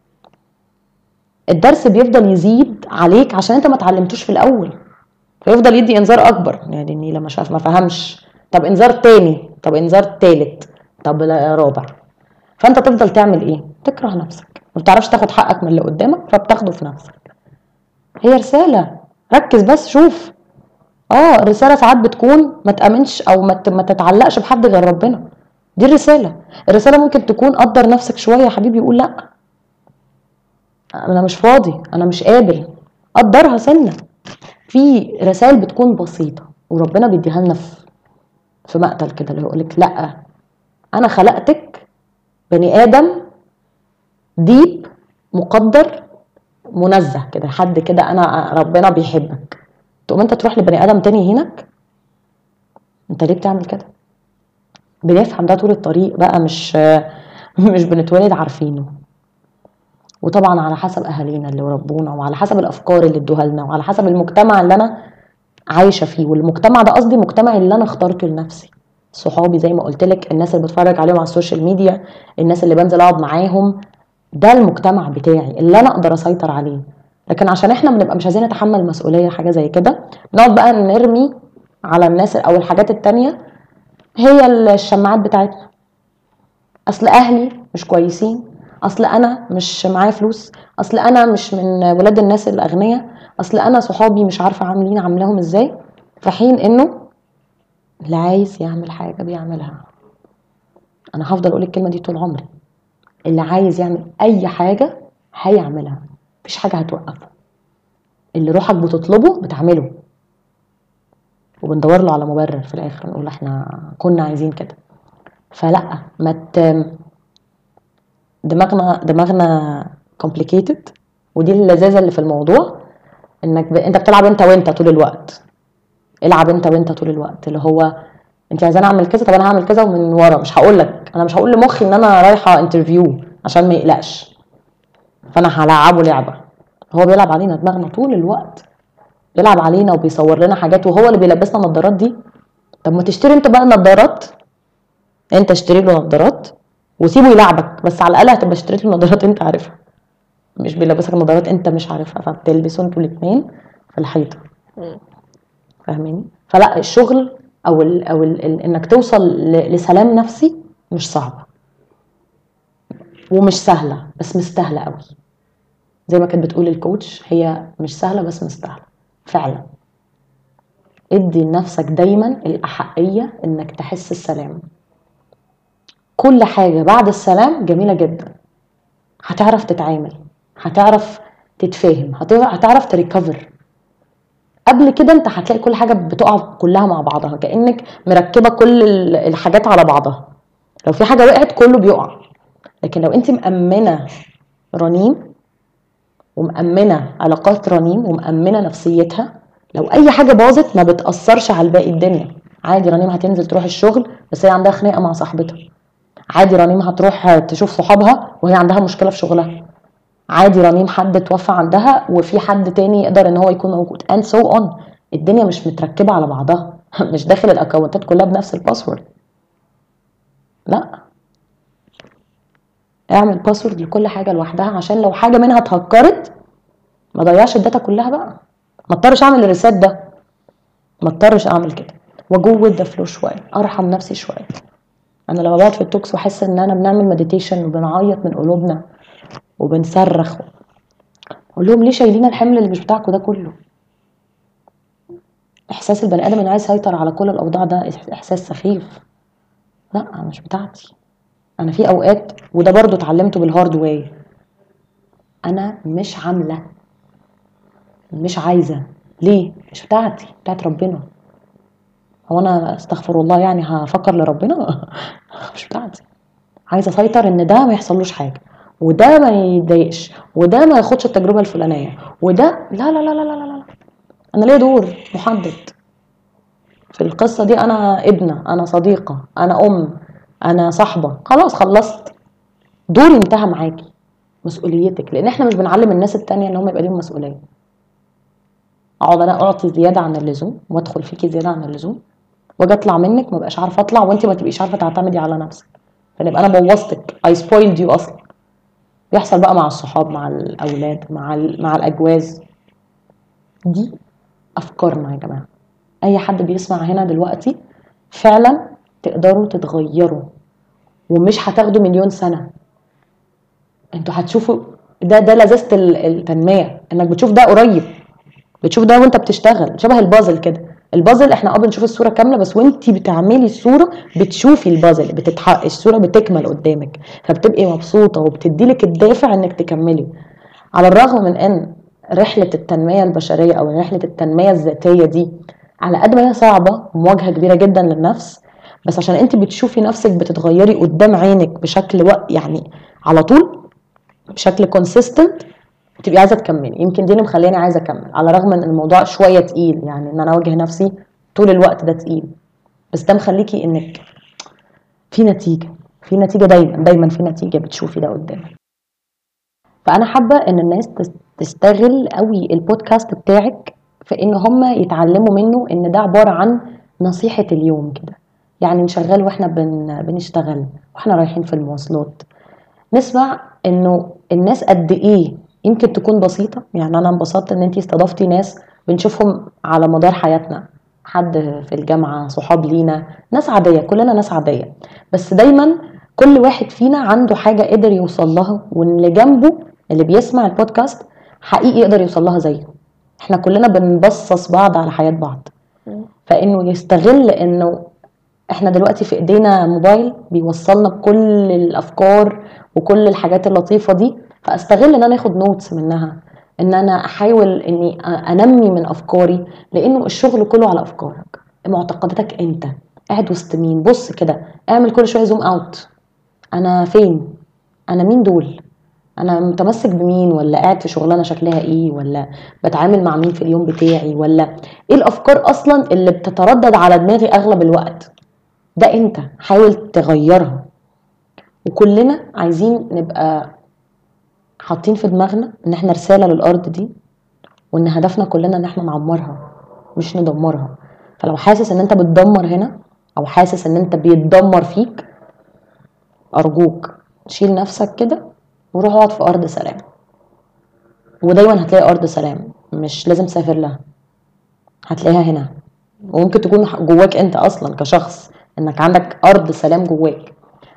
الدرس بيفضل يزيد عليك عشان انت ما اتعلمتوش في الاول، فيفضل يدي انذار اكبر. يعني اني لما شاف ما فهمش، طب انذار تاني، طب انذار تالت، طب رابع. فانت تفضل تعمل ايه؟ تكره نفسك، ما بتعرفش تاخد حقك من اللي قدامك فبتاخده في نفسك. هي رساله، ركز بس شوف. الرساله ساعات بتكون ما تامنش او ما تتعلقش بحد غير ربنا. دي الرساله ممكن تكون قدر نفسك شويه يا حبيبي، يقول لا انا مش فاضي، انا مش قابل. قدرها سنه. في رسائل بتكون بسيطه وربنا بيديها لنا في مقتل كده، اللي يقولك لا انا خلقتك بني ادم ديب مقدر منزه كده، حد كده انا ربنا بيحبك. تقوم انت تروح لبني ادم تاني يهينك؟ انت ليه بتعمل كده؟ بنفهم ده طول الطريق بقى، مش بنتولد عارفينه. وطبعا على حسب اهالينا اللي ربونا، وعلى حسب الافكار اللي ادوها لنا، وعلى حسب المجتمع اللي انا عايشه فيه. والمجتمع ده قصدي مجتمع اللي انا اخترته لنفسي. صحابي زي ما قلت لك، الناس اللي بتفرج عليهم على السوشيال ميديا، الناس اللي بنزل اقعد معاهم، ده المجتمع بتاعي اللي انا اقدر اسيطر عليه. لكن عشان احنا بنبقى مش عايزين نتحمل مسؤوليه حاجه زي كده، نقعد بقى نرمي على الناس او الحاجات التانية هي الشماعات بتاعتنا. اصل اهلي مش كويسين، اصل انا مش معايا فلوس، اصل انا مش من ولاد الناس الاغنياء، اصل انا صحابي مش عارفه عاملاهم ازاي. في حين انه اللي عايز يعمل حاجه بيعملها. انا هفضل اقول الكلمه دي طول عمري، اللي عايز يعمل اي حاجه هيعملها، مفيش حاجه هتوقفه. اللي روحك بتطلبه بتعمله، وبندور له على مبرر في الاخر نقول احنا كنا عايزين كده. فلا دماغنا complicated. ودي اللذاذه اللي في الموضوع، انك انت بتلعب انت وانت طول الوقت. العب انت وانت طول الوقت، اللي هو انت عايزاني اعمل كذا، طب انا هعمل كذا ومن ورا. مش هقول لمخي ان انا رايحه انترفيو عشان ما يقلقش، فانا هلعبه لعبه. هو بيلعب علينا، دماغنا طول الوقت بيلعب علينا وبيصور لنا حاجات، وهو اللي بيلبسنا النظارات دي. طب ما تشتري انت بقى النظارات، انت اشتري له نظارات وسيبه يلعبك، بس على الاقل هتبقى اشتريت له نظارات انت عارفها، مش بيلبسك نظارات انت مش عارفها فبتلبسوا انتوا الاثنين في الحيطه. فاهميني؟ فلا الشغل او انك توصل لسلام نفسي مش صعبه ومش سهله، بس مستاهله قوي. زي ما كانت بتقول الكوتش، هي مش سهله بس مستاهله فعلا. ادي لنفسك دايما الاحقيه انك تحس السلام. كل حاجه بعد السلام جميله جدا. هتعرف تتعامل، هتعرف تتفاهم، هتعرف تريكفر. قبل كده انت هتلاقي كل حاجه بتقع كلها مع بعضها، كانك مركبه كل الحاجات على بعضها. لو في حاجه وقعت كله بيقع. لكن لو انت مأمنه رنيم، ومأمنه علاقات رنيم، ومأمنه نفسيتها، لو اي حاجه باظت ما بتأثرش على باقي الدنيا. عادي رنيم هتنزل تروح الشغل بس هي عندها خناقه مع صاحبتها. عادي رنيم هتروح تشوف صحابها وهي عندها مشكله في شغلها. عادي رنيم حد توفى عندها وفي حد تاني يقدر ان هو يكون موجود and so on. الدنيا مش متركبه على بعضها. مش داخل الاكونتات كلها بنفس الباسورد، لا، اعمل باسورد لكل حاجه لوحدها، عشان لو حاجه منها اتهكرت ما ضيعش الداتا كلها بقى، ما اضطرش اعمل الريسيت ده، ما اضطرش اعمل كده، واجود ذا فلو شويه، ارحم نفسي شويه. انا لما بقعد في التوكس واحس ان انا بنعمل مديتيشن وبنعيط من قلوبنا وبنصرخ، اقول لهم ليه شايلين الحمل اللي مش بتاعكم ده كله؟ احساس البني ادم انه عايز يسيطر على كل الاوضاع ده احساس سخيف، لا مش بتاعتي. انا في اوقات، وده برضو اتعلمته بالهارد واي، انا مش عامله، مش عايزه، ليه؟ مش بتاعتي، بتاعت ربنا. هو انا استغفر الله يعني هفكر لربنا؟ مش بتاعتي. عايزه اسيطر ان ده ما يحصلوش حاجه، وده ما يتضايقش، وده ما ياخدش التجربه الفلانيه، وده لا لا لا لا لا لا. انا ليا دور محدد في القصه دي، انا ابنه، انا صديقه، انا ام، انا صاحبه، خلاص خلصت دوري، انتهى معاكي. مسؤوليتك، لان احنا مش بنعلم الناس التانية ان هم يبقى ليهم مسؤوليه. اقعد انا اعطي زياده عن اللزوم وادخل فيكي زياده عن اللزوم، واجي اطلع منك ما بقاش عارفه اطلع، وانت ما تبقيش عارفه تعتمدي على نفسك، فنبقى انا بوظتك، اي سبويلد يو اصلا. بيحصل بقى مع الصحاب، مع الاولاد، مع الاجواز. دي افكارنا يا جماعه، اي حد بيسمع هنا دلوقتي فعلا تقدروا تتغيروا، ومش هتاخدوا مليون سنه. انتوا هتشوفوا ده لذة التنميه، انك بتشوف ده قريب، بتشوف ده وانت بتشتغل، شبه البازل كده. البازل احنا بنشوف الصوره كامله، بس وانتي بتعملي الصوره بتشوفي البازل بتتحقق، الصوره بتكمل قدامك، فبتبقي مبسوطه وبتديلك الدافع انك تكملي. على الرغم من ان رحله التنميه البشريه او رحله التنميه الذاتيه دي على قد ما هي صعبه ومواجهه كبيره جدا للنفس، بس عشان انت بتشوفي نفسك بتتغيري قدام عينك بشكل يعني على طول، بشكل كونسيستنت، تبقي عايزه تكملي. يمكن دي اللي مخليني عايزه اكمل، على الرغم ان الموضوع شويه تقيل، يعني ان انا اواجه نفسي طول الوقت ده تقيل، بس ده مخليكي انك في نتيجه، في نتيجه دايما دايما، في نتيجه بتشوفي ده قدامك. فانا حابه ان الناس تستغل قوي البودكاست بتاعك في ان هم يتعلموا منه، ان ده عباره عن نصيحه اليوم كده، يعني نشغل واحنا بنشتغل، واحنا رايحين في المواصلات، نسمع انه الناس قد ايه يمكن تكون بسيطة. يعني انا انبسطت ان انتي استضفتي ناس بنشوفهم على مدار حياتنا، حد في الجامعة، صحاب لينا، ناس عادية، كلنا ناس عادية، بس دايما كل واحد فينا عنده حاجة قدر يوصل لها، واللي جنبه اللي بيسمع البودكاست حقيقي يقدر يوصل لها زيه. احنا كلنا بنبصص بعض على حياة بعض، فانه يستغل انه احنا دلوقتي في ايدينا موبايل بيوصلنا بكل الافكار وكل الحاجات اللطيفة دي، فاستغل ان انا اخد نوتس منها، ان انا احاول اني انمي من افكاري، لانه الشغل كله على افكارك، معتقداتك انت، قاعد وسط مين، بص كده، اعمل كل شوية زوم اوت، انا فين، انا مين دول، انا متمسك بمين، ولا قاعد في شغلانه شكلها ايه، ولا بتعامل مع مين في اليوم بتاعي، ولا ايه الافكار اصلا اللي بتتردد على دماغي اغلب الوقت. ده انت حاول تغيرها. وكلنا عايزين نبقى حاطين في دماغنا ان احنا رسالة للارض دي، وان هدفنا كلنا ان احنا نعمرها مش ندمرها. فلو حاسس ان انت بتدمر هنا، او حاسس ان انت بيتدمر فيك، ارجوك شيل نفسك كده وروح اقعد في ارض سلام. ودايما هتلاقي ارض سلام، مش لازم تسافر لها، هتلاقيها هنا. وممكن تكون جواك انت اصلا كشخص، انك عندك ارض سلام جواك.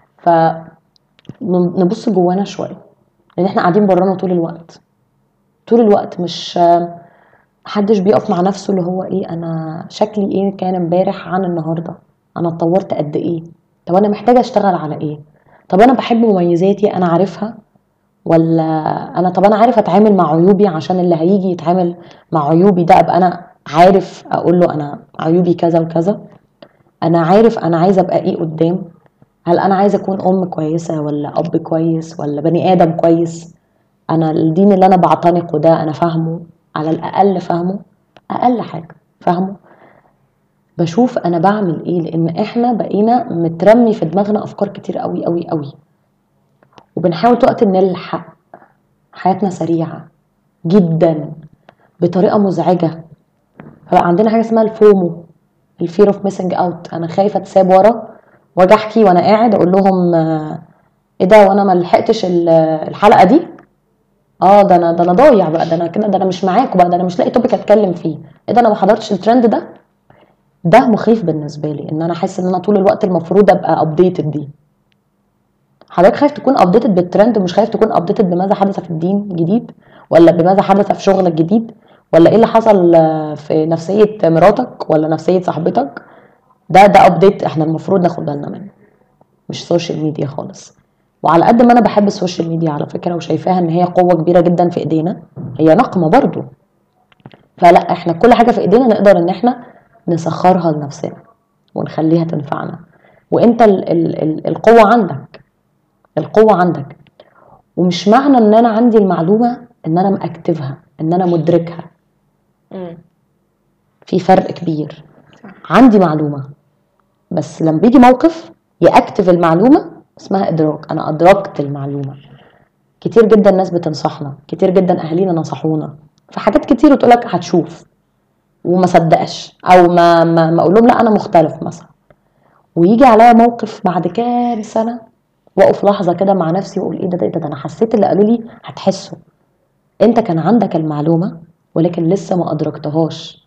فنبص جوانا شويه، لان احنا قاعدين برانا طول الوقت، طول الوقت. مش محدش بيقف مع نفسه اللي هو ايه، انا شكلي ايه كان امبارح عن النهارده، انا اتطورت قد ايه، طب انا محتاجه اشتغل على ايه، طب انا بحب مميزاتي انا عارفها، ولا طب انا عارف اتعامل مع عيوبي، عشان اللي هيجي يتعامل مع عيوبي ده ابقى انا عارف اقول له انا عيوبي كذا وكذا، انا عارف انا عايزه ابقى ايه قدام. هل انا عايزه اكون ام كويسه، ولا اب كويس، ولا بني ادم كويس؟ انا الدين اللي انا بعتنقه ده انا فاهمه، على الاقل فاهمه، اقل حاجه فاهمه. بشوف انا بعمل ايه، لان احنا بقينا مترمي في دماغنا افكار كتير قوي قوي قوي، وبنحاول وقت نلحق. حياتنا سريعه جدا بطريقه مزعجه، فبقى عندنا حاجه اسمها الفومو، الفير اوف ميسنج اوت، انا خايفه اتساب ورا واجي احكي وانا قاعد اقول لهم ايه ده وانا ما لحقتش الحلقه دي. ده انا ضايع بقى، ده انا كده، ده انا مش معاكم بقى، ده انا مش لاقي توبيك اتكلم فيه، ايه ده انا ما حضرتش الترند ده. ده مخيف بالنسبه لي، ان انا احس ان انا طول الوقت المفروض ابقى ابديتد دي. حضرتك خايف تكون ابديتد بالترند ومش خايف تكون ابديتد بماذا حدث في الدين جديد، ولا بماذا حدث في شغلك جديد، ولا ايه اللي حصل في نفسيه مراتك ولا نفسيه صاحبتك؟ ده ابديت احنا المفروض ناخد بالنا منه، مش سوشيال ميديا خالص. وعلى قد ما انا بحب السوشيال ميديا على فكره وشايفاها ان هي قوه كبيره جدا في ايدينا، هي نقمه برضو. فلا، احنا كل حاجه في ايدينا نقدر ان احنا نسخرها لنفسنا ونخليها تنفعنا. وانت القوه عندك، القوه عندك. ومش معنى ان انا عندي المعلومه ان انا مأكتفها، ان انا مدركها. في فرق كبير. عندي معلومه بس لما بيجي موقف يأكتف المعلومه اسمها ادراك، انا ادركت المعلومه. كتير جدا ناس بتنصحنا، كتير جدا اهالينا نصحونا في حاجات كتير وتقولك هتشوف، وما صدقش او ما اقول لهم لا انا مختلف مثلا. ويجي عليا موقف بعد كام سنه واقف لحظه كده مع نفسي واقول ايه ده انا حسيت اللي قالوا لي هتحسه. انت كان عندك المعلومه ولكن لسه ما ادركتهاش.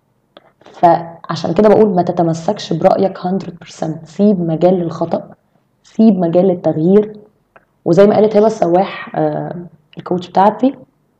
فعشان كده بقول ما تتمسكش برايك 100%، سيب مجال للخطا، سيب مجال للتغيير. وزي ما قالت هبه السواح الكوتش بتاعتي،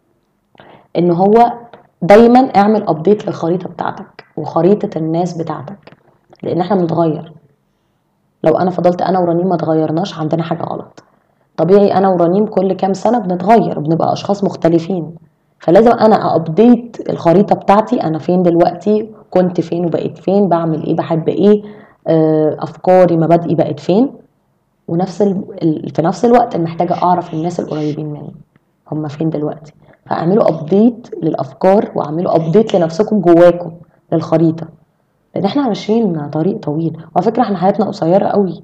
ان هو دايما اعمل ابديت للخريطه بتاعتك وخريطه الناس بتاعتك، لان احنا بنتغير. لو انا فضلت انا ورنيم ما اتغيرناش عندنا حاجه غلط. طبيعي انا ورنيم كل كام سنه بنتغير، بنبقى اشخاص مختلفين. فلازم انا ابديت الخريطه بتاعتي، انا فين دلوقتي، كنت فين وبقيت فين، بعمل ايه، بحب ايه، افكاري مبادئي بقت فين. ونفس في نفس الوقت محتاجه اعرف الناس القريبين مني هم فين دلوقتي. فاعملوا ابديت للافكار واعملوا ابديت لنفسكم جواكم للخريطه، لان احنا ماشيين طريق طويل. وعلى فكره احنا حياتنا قصيره قوي،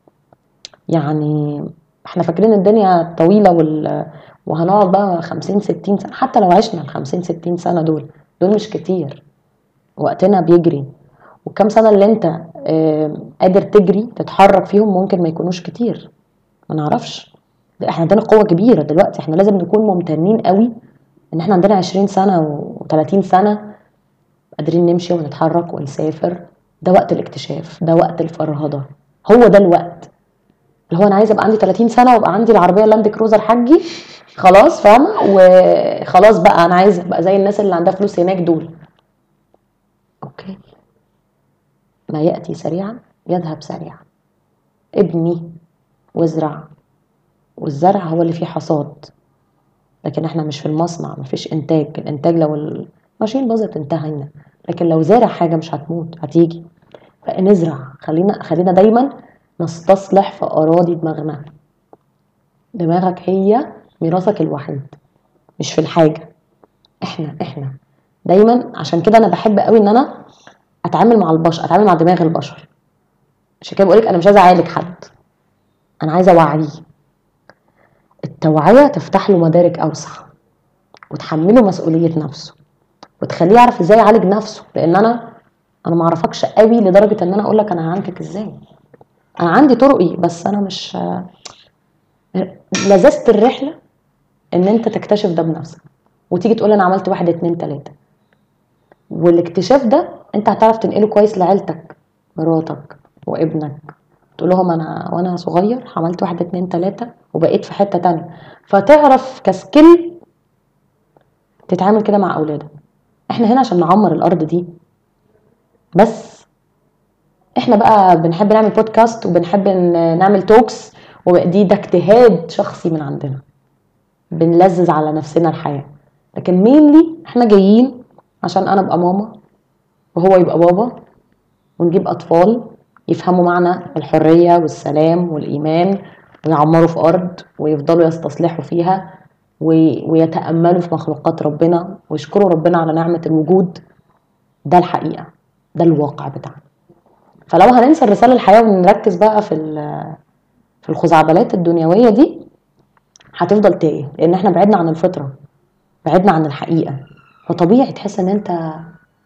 يعني احنا فاكرين الدنيا طويله وهنقعد بقى 50-60 سنه. حتى لو عشنا ال50-60 سنه دول مش كتير، وقتنا بيجري. والكام سنه اللي انت قادر تجري تتحرك فيهم ممكن ما يكونوش كتير، ما نعرفش. احنا عندنا قوه كبيره دلوقتي، احنا لازم نكون ممتنين قوي ان احنا عندنا 20 سنه و30 سنه قادرين نمشي ونتحرك ونسافر. ده وقت الاكتشاف، ده وقت الفرهده، هو ده الوقت اللي هو انا عايزه ابقى عندي 30 سنه وابقى عندي العربيه لاند كروزر حجي خلاص، فاهمه؟ وخلاص بقى انا عايزه ابقى زي الناس اللي عندها فلوس هناك دول. اوكي، ما ياتي سريعا يذهب سريعا. ابني وازرع، والزرع هو اللي فيه حصاد. لكن احنا مش في المصنع، مفيش انتاج. الانتاج لو الماشين باظت انتهينا، لكن لو زارع حاجه مش هتموت، هتيجي. فنزرع، خلينا دايما نستصلح في اراضي دماغنا. دماغك هي ميراثك الوحيد، مش في الحاجه. احنا دايما. عشان كده انا بحب قوي ان انا اتعامل مع البشر، اتعامل مع دماغ البشر. عشان كده بقولك انا مش عايزه اعالج حد، انا عايزه اوعيه. التوعيه تفتح له مدارك اوسع وتحمله مسؤوليه نفسه وتخليه يعرف ازاي يعالج نفسه. لان انا ما اعرفكش قوي لدرجه ان انا اقول لك انا هعالجك ازاي. انا عندي طرقي، بس انا مش لذذت الرحله ان انت تكتشف ده بنفسك وتيجي تقول انا عملت 1 2 3. والاكتشاف ده انت هتعرف تنقله كويس لعيلتك، مراتك وابنك، تقول لهم انا وانا صغير عملت 1 2 3 وبقيت في حته تانية. فتعرف كسكيل تتعامل كده مع اولادك. احنا هنا عشان نعمر الارض دي بس. احنا بقى بنحب نعمل بودكاست وبنحب نعمل توكس، ده اجتهاد شخصي من عندنا، بنلذذ على نفسنا الحياة. لكن مينلي احنا جايين عشان انا ابقى ماما وهو يبقى بابا، ونجيب اطفال يفهموا معنى الحرية والسلام والايمان، ويعمروا في ارض ويفضلوا يستصلحوا فيها ويتأملوا في مخلوقات ربنا ويشكروا ربنا على نعمة الوجود. ده الحقيقة، ده الواقع بتاعنا. فلو هننسى الرسالة الحياة ونركز بقى في الخزعبلات الدنيوية دي، هتفضل تايه. لان احنا بعدنا عن الفطرة، بعدنا عن الحقيقة. فطبيعي تحس ان انت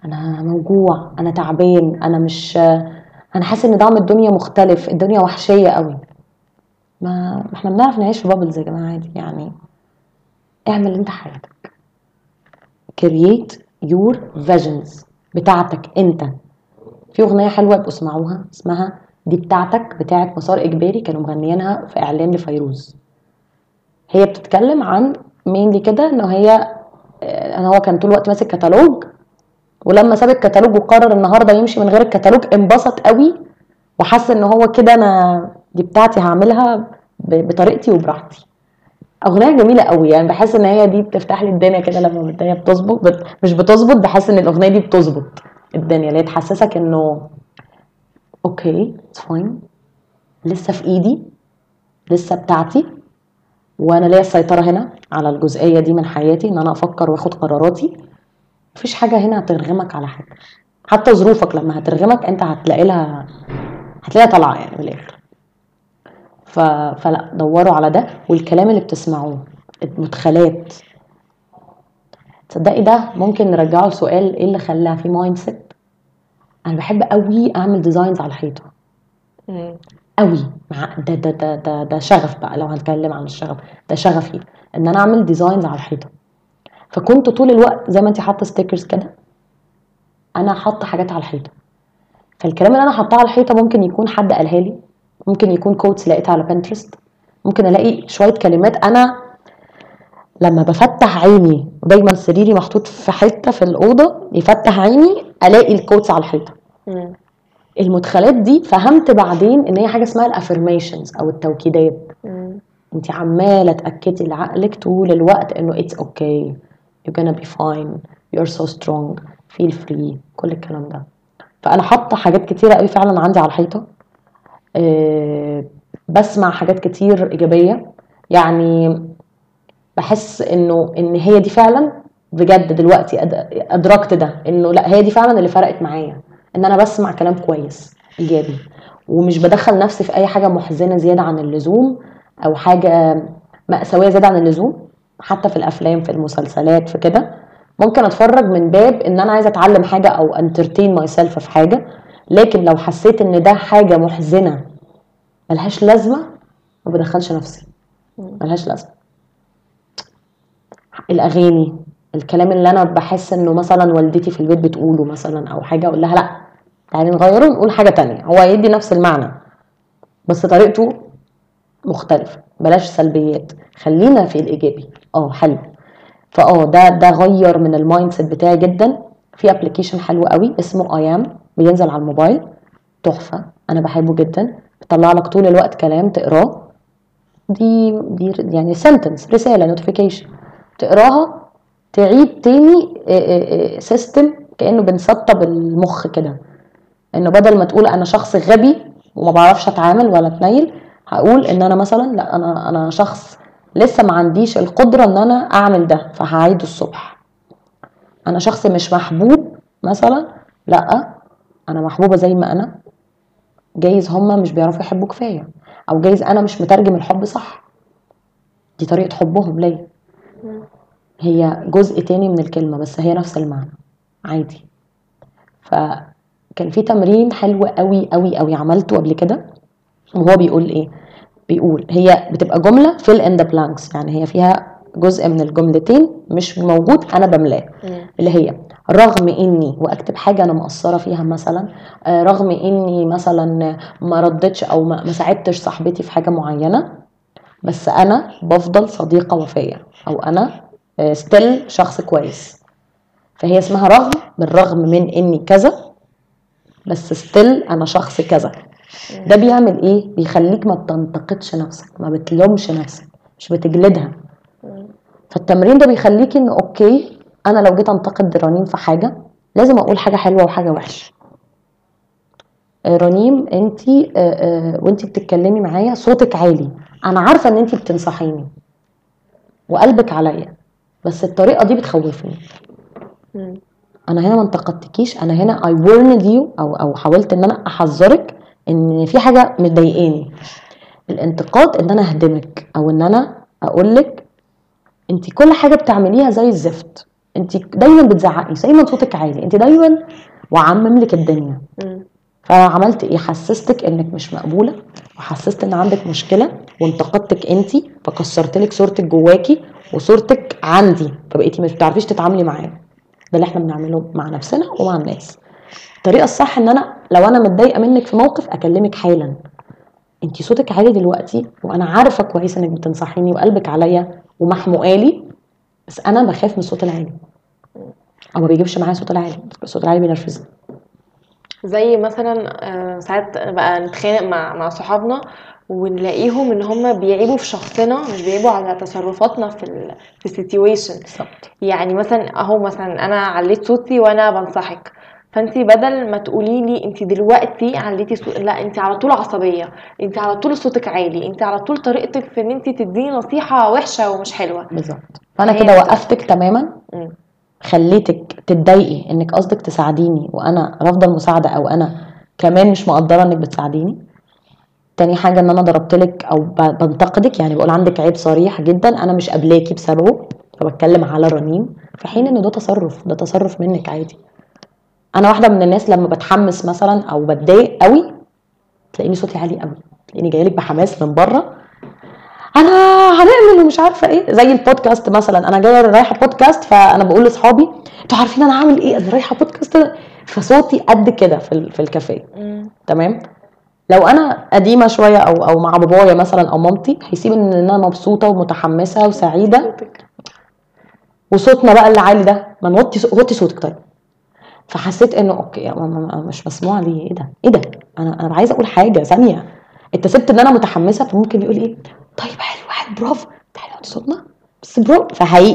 انا موجوع، انا تعبان، انا مش، انا حاسس ان دعم الدنيا مختلف، الدنيا وحشيه قوي. ما احنا بنعرف نعيش في بابلز يا جماعه عادي يعني. اعمل انت حياتك، create your visions بتاعتك انت. في اغنيه حلوه ابقوا اسمعوها، اسمها دي بتاعتك بتاعت مسار اجباري، كانوا مغنيينها في اعلان لفيروز. هي بتتكلم عن مين كده، انه هي انا هو كان طول الوقت ماسك كتالوج، ولما ساب الكتالوج وقرر النهارده يمشي من غير الكتالوج انبسط قوي وحس ان هو كده انا دي بتاعتي هعملها بطريقتي وبراحتي. اغنيه جميله قوي يعني، بحس ان هي دي بتفتح لي الدنيا كده لما الدنيا بتظبط، مش بتظبط، بحس ان الاغنيه دي بتظبط الدنيا، اللي تحسسك انه اوكي اتس فاين، لسه في ايدي، لسه بتاعتي، وانا ليا السيطره هنا على الجزئيه دي من حياتي، ان انا افكر واخد قراراتي. مفيش حاجه هنا هترغمك على حاجه، حتى ظروفك لما هترغمك انت هتلاقيها طالعه يعني من الاخر. فلا دوروا على ده، والكلام اللي بتسمعوه، المدخلات. تصدقي ده ممكن نرجعه لسؤال ايه اللي خلاه في مايند سيت. انا بحب قوي اعمل ديزاينز على الحيطه قوي، مع ده شغف بقى، لو هنتكلم عن الشغف ده شغفي، ان انا اعمل ديزاينز على الحيطه. فكنت طول الوقت زي ما انت حاطه ستيكرز كده، انا حاطه حاجات على الحيطه. فالكلام اللي انا حاطاه على الحيطه ممكن يكون حد قالها لي، ممكن يكون كوتس لقيتها على بنترست، ممكن الاقي شويه كلمات انا لما بفتح عيني، دايما سريري محطوط في حته في الاوضه، يفتح عيني الاقي الكوتس على الحيطه. المدخلات دي فهمت بعدين ان هي حاجه اسمها الافرميشنز او التوكيدات. انت عماله تاكدي لعقلك طول الوقت انه it's okay, you're gonna be fine, you're so strong, feel free، كل الكلام ده. فانا حاطه حاجات كتيره قوي فعلا عندي على الحيطه. بسمع حاجات كتير ايجابيه يعني، بحس ان هي دي فعلا بجد دلوقتي ادركت ده، انه لا هي دي فعلا اللي فرقت معايا، ان انا بسمع كلام كويس ايجابي، ومش بدخل نفسي في اي حاجه محزنه زياده عن اللزوم او حاجه مأساويه زياده عن اللزوم. حتى في الافلام، في المسلسلات، في كده ممكن اتفرج من باب ان انا عايزه اتعلم حاجه او انترتين ماي سيلف في حاجه، لكن لو حسيت ان ده حاجه محزنه ملهاش لازمه ما بدخلش نفسي، ملهاش لازمه. الاغاني، الكلام اللي انا بحس انه مثلا والدتي في البيت بتقوله مثلا او حاجه، اقول لها لا تعالي نغيره نقول حاجه تانية، هو يدي نفس المعنى بس طريقته مختلفه، بلاش سلبيات، خلينا في الايجابي. حلو. ده غير من المايند سيت بتاعي جدا. في ابلكيشن حلو قوي اسمه ايام، بينزل على الموبايل، تحفه، انا بحبه جدا. بيطلع لك طول الوقت كلام تقراه، دي يعني سنتنس، رساله، نوتيفيكيشن، تقراها تعيد تاني سيستم، كأنه بنسطب المخ كده، انه بدل ما تقول انا شخص غبي وما بعرفش اتعامل ولا اتنيل، هقول ان انا مثلا لا انا شخص لسه ما عنديش القدرة ان انا اعمل ده فهعيده الصبح. انا شخص مش محبوب مثلا، لا انا محبوبة زي ما انا، جايز هما مش بيعرفوا يحبوا كفاية، او جايز انا مش مترجم الحب صح، دي طريقة حبهم ليا، هي جزء تاني من الكلمة بس هي نفس المعنى عادي. فكان في تمرين حلو قوي قوي قوي عملته قبل كده، وهو بيقول ايه، بيقول هي بتبقى جملة fill in the blanks، يعني هي فيها جزء من الجملتين مش موجود انا بملاه، اللي هي رغم اني، واكتب حاجة انا مقصرة فيها مثلا، رغم اني مثلا ما ردتش او ما ساعدتش صاحبتي في حاجة معينة، بس انا بفضل صديقة وفية، او انا ستيل شخص كويس. فهي اسمها رغم، بالرغم من اني كذا بس ستيل انا شخص كذا. ده بيعمل ايه؟ بيخليك ما بتنتقدش نفسك، ما بتلومش نفسك، مش بتجلدها. فالتمرين ده بيخليك ان اوكي انا لو جيت انتقد رنيم في حاجة لازم اقول حاجة حلوة وحاجة وحشة. رنيم انتي وانتي بتتكلمي معايا صوتك عالي، انا عارفة ان انتي بتنصحيني وقلبك عليا، بس الطريقة دي بتخوفني. انا هنا ما انتقدتكيش، انا هنا I warned you او حاولت ان انا احذرك ان في حاجة مضايقاني. الانتقاد ان انا اهدمك، او ان انا اقولك انتي كل حاجة بتعمليها زي الزفت، انت دايما بتزعقي، دايما صوتك عالي، انت دايما وعمم لك الدنيا. فعملت ايه؟ حسستك انك مش مقبوله، وحسست ان عندك مشكله، وانتقدتك انت، فكسرت لك صورتك جواكي وصورتك عندي، فبقيتي مش بتعرفيش تتعاملي معايا. ده اللي احنا بنعمله مع نفسنا ومع الناس. الطريقه الصح ان انا لو انا متضايقه منك في موقف اكلمك حالا، انت صوتك عالي دلوقتي وانا عارفه كويس انك بتنصحيني وقلبك عليا ومحموقالي، بس انا بخاف من الصوت العالي، او ما بيجيبش معايا صوت العالي، الصوت العالي بينرفزني. زي مثلا ساعات بقى نتخانق مع صحابنا ونلاقيهم ان هم بيعيبوا في شخصنا، مش بيعيبوا على تصرفاتنا في السيتويشن. بالظبط. يعني مثلا اهو، مثلا انا عليت صوتي وانا بنصحك، فانتي بدل ما تقولي لي انتي دلوقتي عليتي صوت، لا انتي على طول عصبيه، انتي على طول صوتك عالي، انتي على طول طريقتك في ان انتي تديني نصيحه وحشه ومش حلوه. بالظبط. فانا فهي كده وقفتك تماما، مم. خليتك تتضايقي انك قصدك تساعديني وانا رافضه المساعده، او انا كمان مش مقدره انك بتساعديني. تاني حاجه ان انا ضربتلك او بنتقدك، يعني بقول عندك عيب صريح جدا انا مش قابلاكي بسببه، فبتكلم على رنيم، في حين ان ده تصرف منك عادي. انا واحده من الناس لما بتحمس مثلا او بتضايق قوي تلاقيني صوتي عالي قوي، تلاقيني جايلك بحماس من بره، انا هنعمل ومش عارفه ايه. زي البودكاست مثلا، انا جايه رايحه بودكاست، فانا بقول لاصحابي انتوا عارفين انا عامل ايه، انا رايحه بودكاست، فصوتي قد كده في الكافيه. تمام. لو انا قديمه شويه او مع بابايا مثلا او مامتي، هيسيب ان انا مبسوطه ومتحمسه وسعيده، وصوتنا بقى اللي عالي ده ما نوطي صوتك طيب. فحسيت انه اوكي يا ماما مش مسموع لي، ايه ده انا عايزه اقول حاجه ثانيه. انت سبت ان انا متحمسه، فممكن يقول ايه طيب حلو واحد برافو تعالى نوطي صوتنا بس برافو،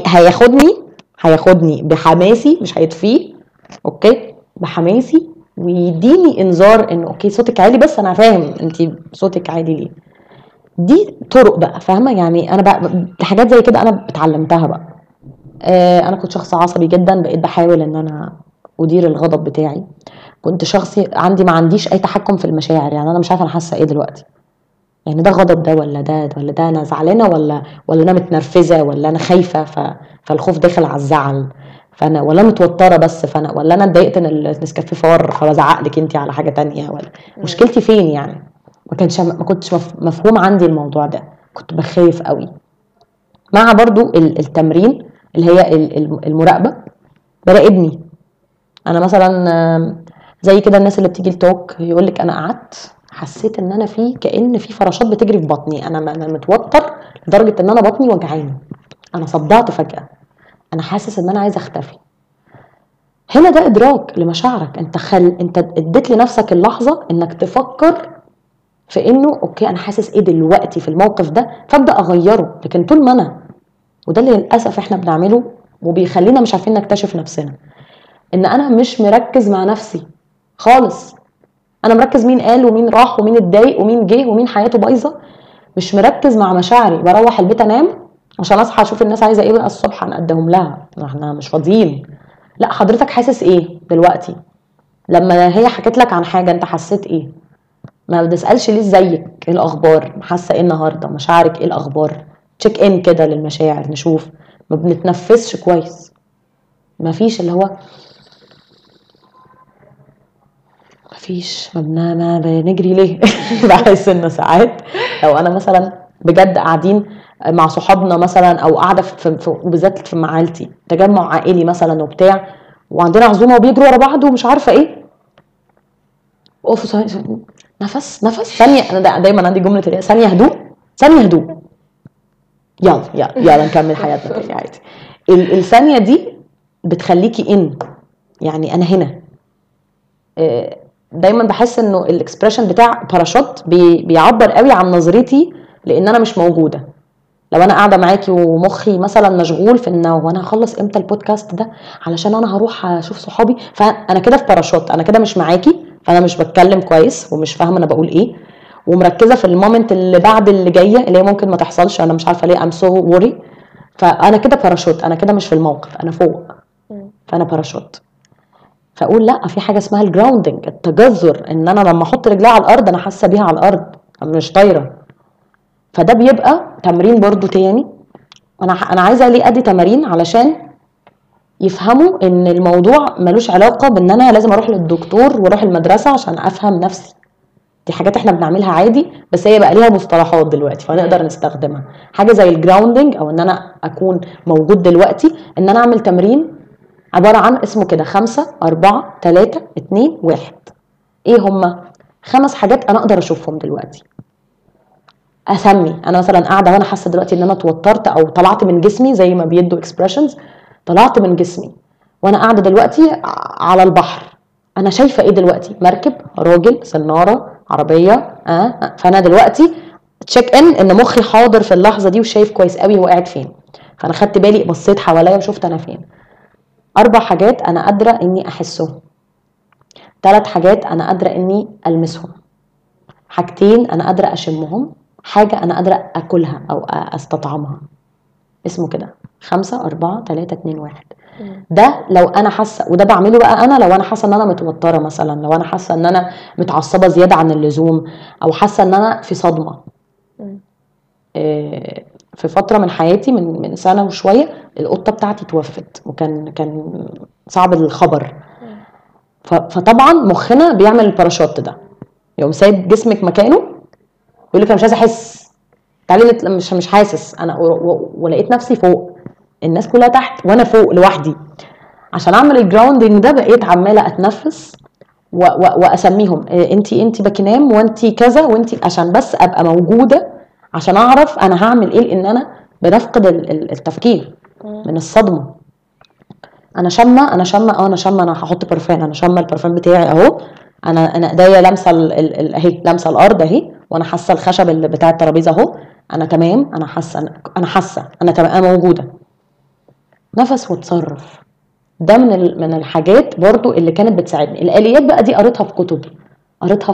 هياخدني بحماسي، مش هيطفيه، اوكي بحماسي، ويديني انذار انه اوكي صوتك عالي، بس انا فاهم انت صوتك عالي ليه. دي طرق بقى، فاهمه يعني. انا بقى حاجات زي كده انا اتعلمتها بقى. انا كنت شخص عصبي جدا، بقيت بحاول ان انا ادير الغضب بتاعي. كنت شخصي ما عنديش اي تحكم في المشاعر، يعني انا مش عارفه انا حاسه ايه دلوقتي، يعني ده غضب ده ولا ده انا زعلانه ولا انا متنرفزه ولا انا خايفه، فالخوف داخل على الزعل، فانا ولا متوتره بس، ولا انا اتضايقت ان النسكافيه فار فبزعق لك انت على حاجه تانية، ولا مشكلتي فين يعني. ما كنتش مفهوم عندي الموضوع ده، كنت بخاف قوي. مع برضو التمرين اللي هي المراقبه، براقبني انا مثلا. زي كده الناس اللي بتيجي التوك يقولك انا قعدت حسيت ان انا كأن في فراشات بتجري في بطني، انا متوتر لدرجه ان انا بطني وجعاني، انا صدعت فجاه، انا حاسس ان انا عايزه اختفي. هنا ده ادراك لمشاعرك، انت اديت لنفسك اللحظه انك تفكر في انه اوكي انا حاسس ايه دلوقتي في الموقف ده، فابدا اغيره. لكن طول ما انا، وده اللي للاسف احنا بنعمله وبيخلينا مش عارفين نكتشف نفسنا، ان انا مش مركز مع نفسي خالص. انا مركز مين قال ومين راح ومين اتضايق ومين جه ومين حياته بايظه، مش مركز مع مشاعري. بروح البيت انام عشان اصحى اشوف الناس عايزه ايه بقى الصبح هنقدم لها، احنا مش فاضيين. لا، حضرتك حاسس ايه دلوقتي؟ لما هي حكت لك عن حاجه انت حسيت ايه؟ ما بتسالش ليه ازيك، ايه الاخبار، حاسه ايه النهارده، مشاعرك ايه الاخبار؟ تشيك ان كده للمشاعر، نشوف. ما بنتنفسش كويس، ما فيش اللي هو مفيش، ما بنجري ليه. بحس انه ساعات لو انا مثلا بجد قاعدين مع صحابنا مثلا، او قاعده وبالذات مع عيلتي تجمع عائلي مثلا وبتاع، وعندنا عزومه وبيجروا ورا بعض ومش عارفه ايه، اقفوا نفس ثانيه. انا دايما عندي جمله اللي هي ثانيه هدوء، ثانيه هدوء، يلا نكمل حياتنا تاني عادي. الثانيه دي بتخليكي يعني انا هنا. دايما بحس انه الاكسبريشن بتاع باراشوت بيعبر قوي عن نظرتي، لان انا مش موجوده. لو انا قاعده معاكي ومخي مثلا مشغول في انه وانا هخلص امتى البودكاست ده علشان انا هروح اشوف صحابي، فانا كده في باراشوت، انا كده مش معاكي، فانا مش بتكلم كويس ومش فاهمه انا بقول ايه، ومركزه في المومنت اللي بعد اللي جايه اللي هي ممكن ما تحصلش، انا مش عارفه ليه ام سو وري. فانا كده باراشوت، انا كده مش في الموقف، انا فوق، فانا باراشوت. فاقول لا، في حاجه اسمها الجراوندنج، التجذر، ان انا لما احط رجلي على الارض انا حاسه بيها على الارض، انا مش طايره. فده بيبقى تمرين برضو تاني. انا عايزه ليه ادي تمارين علشان يفهموا ان الموضوع ملوش علاقة بان انا لازم اروح للدكتور واروح المدرسة عشان افهم نفسي. دي حاجات احنا بنعملها عادي، بس هي بقى ليها مصطلحات دلوقتي فنقدر نستخدمها. حاجة زي الجراوندنج او ان انا اكون موجود دلوقتي، ان انا اعمل تمرين عبارة عن اسمه كده 5 4 3 2 1. ايه هما 5 حاجات انا اقدر اشوفهم دلوقتي. اسمي انا مثلا قاعده وانا حاسه دلوقتي ان انا اتوترت او طلعت من جسمي زي ما بيدوا اكسبريشنز، طلعت من جسمي وانا قاعده دلوقتي على البحر. انا شايفه ايه دلوقتي؟ مركب، راجل، سناره، عربيه. فانا دلوقتي تشيك ان مخي حاضر في اللحظه دي وشايف كويس قوي هو قاعد فين. فانا خدت بالي، بصيت حواليا وشفت انا فين. 4 حاجات انا قادره اني احسهم. 3 حاجات انا قادره اني المسهم. حاجتين انا قادره اشمهم. حاجه انا قادره اكلها او استطعمها. اسمه كده 5 4 3 2 1. ده لو انا حاسه، وده بعمله بقى انا لو انا حاسه ان انا متوتره مثلا، لو انا حاسه ان انا متعصبه زياده عن اللزوم، او حاسه ان انا في صدمه. في فتره من حياتي من سنه وشويه القطه بتاعتي توفت، وكان صعب الخبر. فطبعا مخنا بيعمل الباراشوت ده، يوم سايب جسمك مكانه يقول لك انا مش عايزه احس، تعالي مش حاسس انا. ولقيت نفسي فوق، الناس كلها تحت وانا فوق لوحدي. عشان اعمل الجراوندنج ده بقيت عماله اتنفس واسميهم انتي بكنام وانتي كذا وانتي، عشان بس ابقى موجوده، عشان اعرف انا هعمل ايه. لان انا بنفقد التفكير من الصدمه. انا شامه انا هحط برفان، انا شامه البرفان بتاعي اهو. انا ايديا لامسه اهي، لامسه الارض اهي، وانا حاسه الخشب اللي بتاع الترابيزه اهو. انا تمام، انا حاسه انا تمام، انا موجوده. نفس واتصرف. ده من الحاجات برضو اللي كانت بتساعدني. الاليات بقى دي قريتها في كتب، قريتها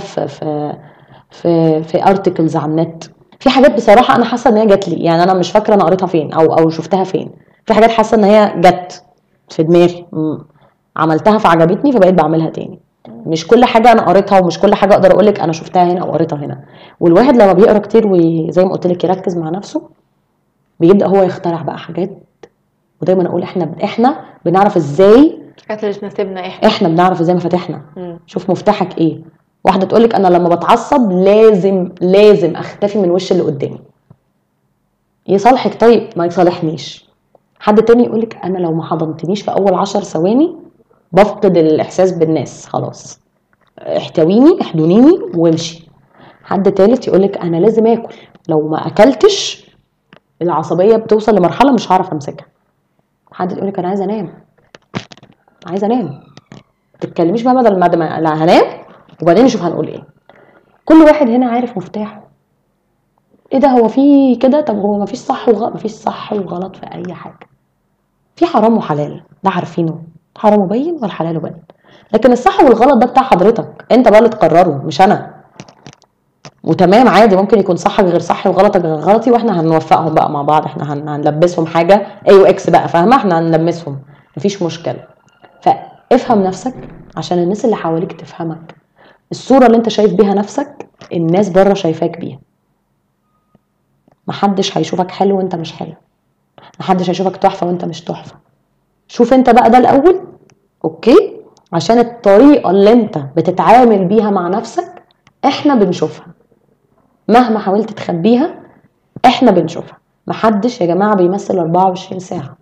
في ارتكلز على النت. في حاجات بصراحه انا حاسه ان هي جات لي، يعني انا مش فاكره انا قريتها فين او شفتها فين. في حاجات حاسه ان هي جت في دماغي، عملتها فعجبتني فبقيت بعملها تاني. مش كل حاجه انا قريتها، ومش كل حاجه اقدر اقولك انا شفتها هنا او قريتها هنا. والواحد لما بيقرا كتير وزي ما قلت لك يركز مع نفسه، بيبدا هو يخترع بقى حاجات. ودايما اقول احنا بنعرف ازاي الحاجات اللي بتناسبنا احنا بنعرف ازاي مفاتيحنا. شوف مفتاحك ايه. واحده تقولك انا لما بتعصب لازم اختفي من وش اللي قدامي. يصالحك طيب، ما يصالحنيش. حد تاني يقولك انا لو ما حضنتنيش في اول 10 ثواني بفقد الاحساس بالناس، خلاص احتويني احضنيني وامشي. حد تالت يقولك انا لازم اكل، لو ما اكلتش العصبيه بتوصل لمرحله مش هعرف امسكها. حد يقولك انا عايزه انام. تتكلميش بقى بدل ما لا هنام وبعدين نشوف هنقول ايه. كل واحد هنا عارف مفتاحه. ايه ده؟ هو في كده؟ طب هو مفيش صح وغلط؟ مفيش صح وغلط في اي حاجه. في حرام وحلال، ده عارفينه. حرام باين والحلال باين. لكن الصح والغلط ده بتاع حضرتك انت بقى اللي تقرره، مش انا. وتمام عادي، ممكن يكون صحك غير صحي وغلطك غير غلطي، واحنا هنوفقهم بقى مع بعض. احنا هنلبسهم حاجه اي واكس بقى، فاهمه؟ احنا هنلمسهم، مفيش مشكله. فافهم نفسك عشان الناس اللي حواليك تفهمك. الصوره اللي انت شايف بيها نفسك الناس بره شايفاك بيها. محدش هيشوفك حلو وانت مش حلو، محدش هيشوفك تحفه وانت مش تحفه. شوف انت بقى ده الاول، اوكي؟ عشان الطريقه اللي انت بتتعامل بيها مع نفسك احنا بنشوفها، مهما حاولت تخبيها احنا بنشوفها. محدش يا جماعه بيمثل 24 ساعه،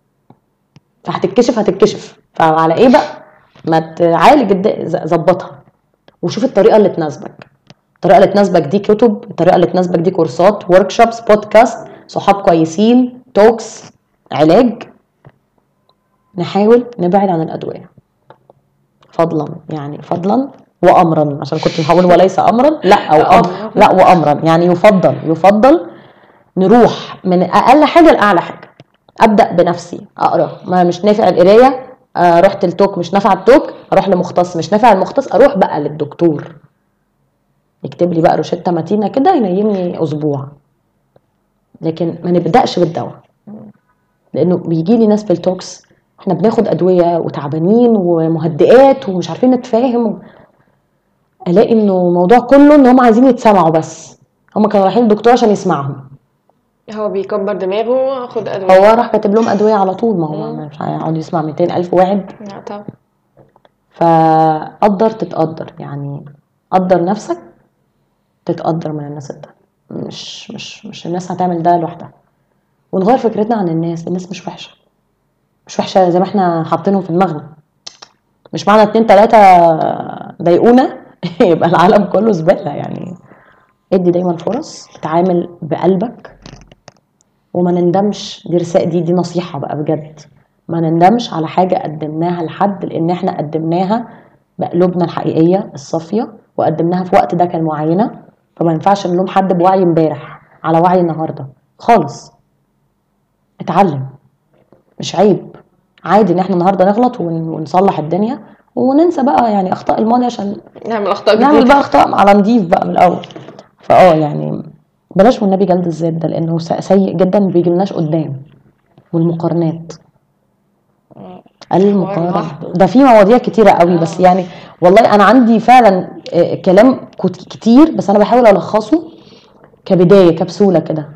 فهتتكشف. فعلى ايه بقى؟ ما تعالج ظبطها وشوف الطريقه اللي تناسبك. الطريقه اللي تناسبك دي كتب، الطريقه اللي تناسبك دي كورسات، وركشوبس، بودكاست، صحاب كويسين، توكس، علاج. نحاول نبعد عن الادويه فضلا، يعني فضلا وامرا، عشان كنت هقول وليس امرا، لا او لا وامرا. يعني يفضل نروح من اقل حاجه لاعلى حاجه. ابدا بنفسي اقرا، ما مش نافع القرايه رحت التوك، مش نافع التوك اروح لمختص، مش نافع المختص اروح بقى للدكتور يكتب لي بقى روشته متينه كده ينيمني اسبوع. لكن ما نبداش بالدواء، لانه بيجي لي ناس في التوكس احنا بناخد ادويه وتعبانين ومهدئات ومش عارفين نتفاهم. الاقي انه الموضوع كله ان هم عايزين يتسمعوا بس، هم كانوا رايحين للدكتور عشان يسمعهم. هو بيكبر دماغه، خد هو ادويه. راح كاتب لهم ادويه على طول، ما هو مش هيقعد يسمع 200,000 واحد. لا طبعا. فقدر تتقدر، يعني قدر نفسك تتقدر من الناس التانية. مش الناس هتعمل ده لوحدها. ونغير فكرتنا عن الناس مش وحشه، مش وحشه زي ما احنا حاطينهم في دماغنا. مش معنى 2 3 ضايقونا يبقى العالم كله زباله يعني. ادي دايما فرص، اتعامل بقلبك وما نندمش. دي نصيحة بقى بجد. ما نندمش على حاجة قدمناها لحد، لان احنا قدمناها بقلوبنا الحقيقية الصافية، وقدمناها في وقت ده كان معينة. فما ينفعش نلوم حد بوعي امبارح على وعي النهاردة خالص. اتعلم، مش عيب، عادي ان احنا النهاردة نغلط ونصلح الدنيا وننسى بقى يعني اخطاء الماضي، عشان نعمل اخطاء نعمل جديده. بقى اخطاء على نضيف بقى من الاول. يعني بلاش والنبي جلد الذات ده، لانه سيء جدا، بيجيلناش قدام. والمقارنات، حوار المقارنة لوحده. ده في مواضيع كتيرة قوي، بس يعني والله انا عندي فعلا كلام كتير، بس انا بحاول الخصه كبداية كبسولة كده.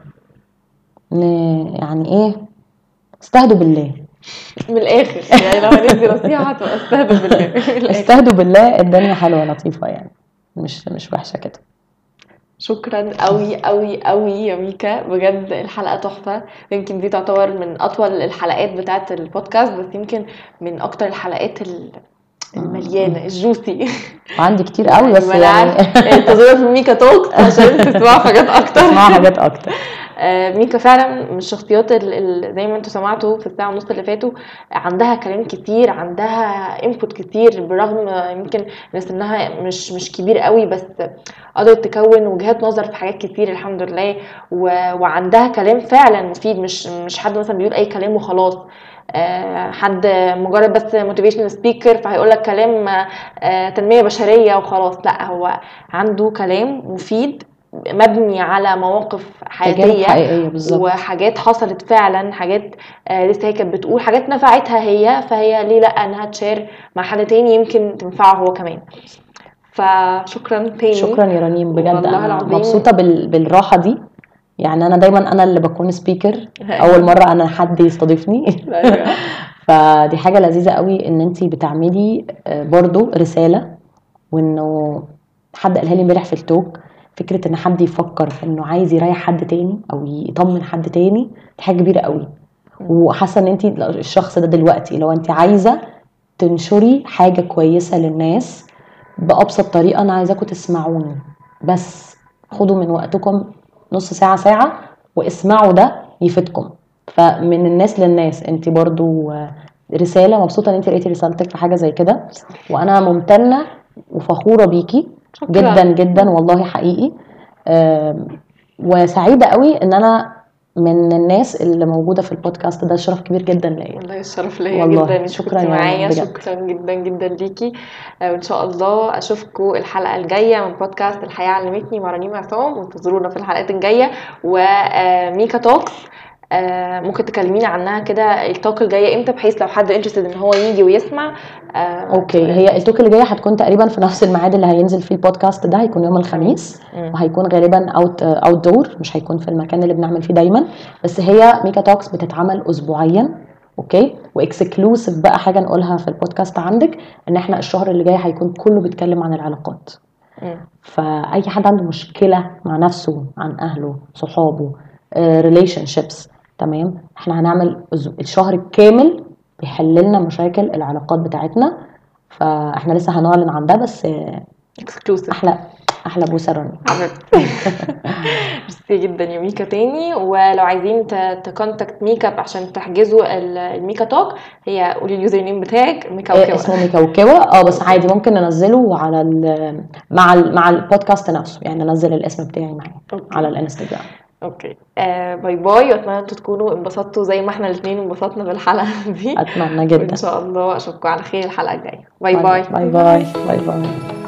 يعني ايه؟ استهدوا بالله. من الاخر يعني لو هندي نصيحه هتبقى استهدوا بالله. من الاخر. استهدوا بالله، الدنيا حلوة لطيفة يعني، مش وحشة كده. شكرا قوي قوي قوي يا ميكا، بجد الحلقه تحفه. يمكن دي تعتبر من اطول الحلقات بتاعه البودكاست، بس يمكن من اكتر الحلقات المليانه الجوسي. وعندي كتير قوي بس ما انا يعني عارفه انتظرونا في ميكا توكس عشان تسمعوا حاجات اكتر. تسمعوا حاجات اكتر. ميكا فعلا من الشخصيات زي ما انتوا سمعتوا في الساعه ونص اللي فاتوا، عندها كلام كتير، عندها انبوت كتير، بالرغم يمكن من سنها مش كبير قوي، بس قدرت تكون وجهات نظر في حاجات كتير الحمد لله. وعندها كلام فعلا مفيد، مش حد مثلا بيقول اي كلام وخلاص. حد مجرد بس موتيفيشنال سبيكر فهيقول لك كلام تنميه بشريه وخلاص. لا، هو عنده كلام مفيد مبني على مواقف تجارب حياتيه حقيقية بالظبط. وحاجات حصلت فعلا، حاجات لسه هي كانت بتقول حاجات نفعتها هي، فهي ليه لا انها تشير مع حد تاني يمكن تنفعه هو كمان. فشكرا تاني. شكرا يا رنيم، بجد والله انا العظيم مبسوطة بالراحة دي. يعني انا دايما انا اللي بكون سبيكر، اول مرة انا حد يستضيفني. ايوه. فدي حاجة لذيذة قوي ان انتي بتعملي برضو رسالة. وانه حد قالها لي امبارح في التوك، فكرة ان حد يفكر انه عايز يريح حد تاني او يطمن حد تاني، دي حاجة كبيرة قوي. وحاسة ان انتي الشخص ده دلوقتي، لو انتي عايزة تنشري حاجة كويسة للناس بأبسط طريقة، أنا عايزاكم تسمعوني بس. خدوا من وقتكم نص ساعة ساعة واسمعوا، ده يفيدكم. فمن الناس للناس، انت برضو رسالة. مبسوطة ان انت لقيتي رسالتك في حاجة زي كده، وانا ممتنة وفخورة بيكي جدا جدا والله حقيقي. وسعيدة قوي ان انا من الناس اللي موجودة في البودكاست ده. شرف كبير جدا ليا والله الشرف ليا والله. جدا انت شكرا كنت يا معايا. بجد. شكرا جدا جدا ليكي. وان شاء الله اشوفكم الحلقه الجايه من بودكاست الحياه علمتني مع رنيم عصام، وانتظرونا في الحلقات الجايه. وميكا توكس ممكن تكلمينا عنها كده، التوك الجايه امتى، بحيث لو حد انترستد ان هو يجي ويسمع. اوكي، هي التوك اللي جايه هتكون تقريبا في نفس الميعاد اللي هينزل فيه البودكاست ده، هيكون يوم الخميس. وهيكون غالبا اوت دور، مش هيكون في المكان اللي بنعمل فيه دايما. بس هي ميكا توكس بتتعمل اسبوعيا، اوكي. واكسكلوسيف بقى حاجه نقولها في البودكاست عندك، ان احنا الشهر اللي جاي هيكون كله بيتكلم عن العلاقات. فاي حد عنده مشكله مع نفسه، عن اهله، صحابه، ريليشن شيبس، تمام، احنا هنعمل الشهر الكامل بيحل لنا مشاكل العلاقات بتاعتنا. فاحنا لسه هنعلن عن ده، بس اكسكلوسيف. احلى بوسه رني. حبيبتي. ميرسي جدا يا ميكا تاني. ولو عايزين تكونتاكت ميكا اب عشان تحجزوا الميكا توك، هي قولي اليوزر نيم بتاعك. ميكا وكوا. اسمه ميكا وكوا. بس عادي ممكن ننزله على مع البودكاست نفسه، يعني ننزل الاسم بتاعي معايا على الانستجرام. اوكي. باي باي. واتمنى انتوا تكونوا انبسطتوا زي ما احنا الاثنين انبسطنا بالحلقه دي. اتمنى جدا. وان شاء الله اشوفكم على خير الحلقه الجايه. باي باي. باي باي باي باي.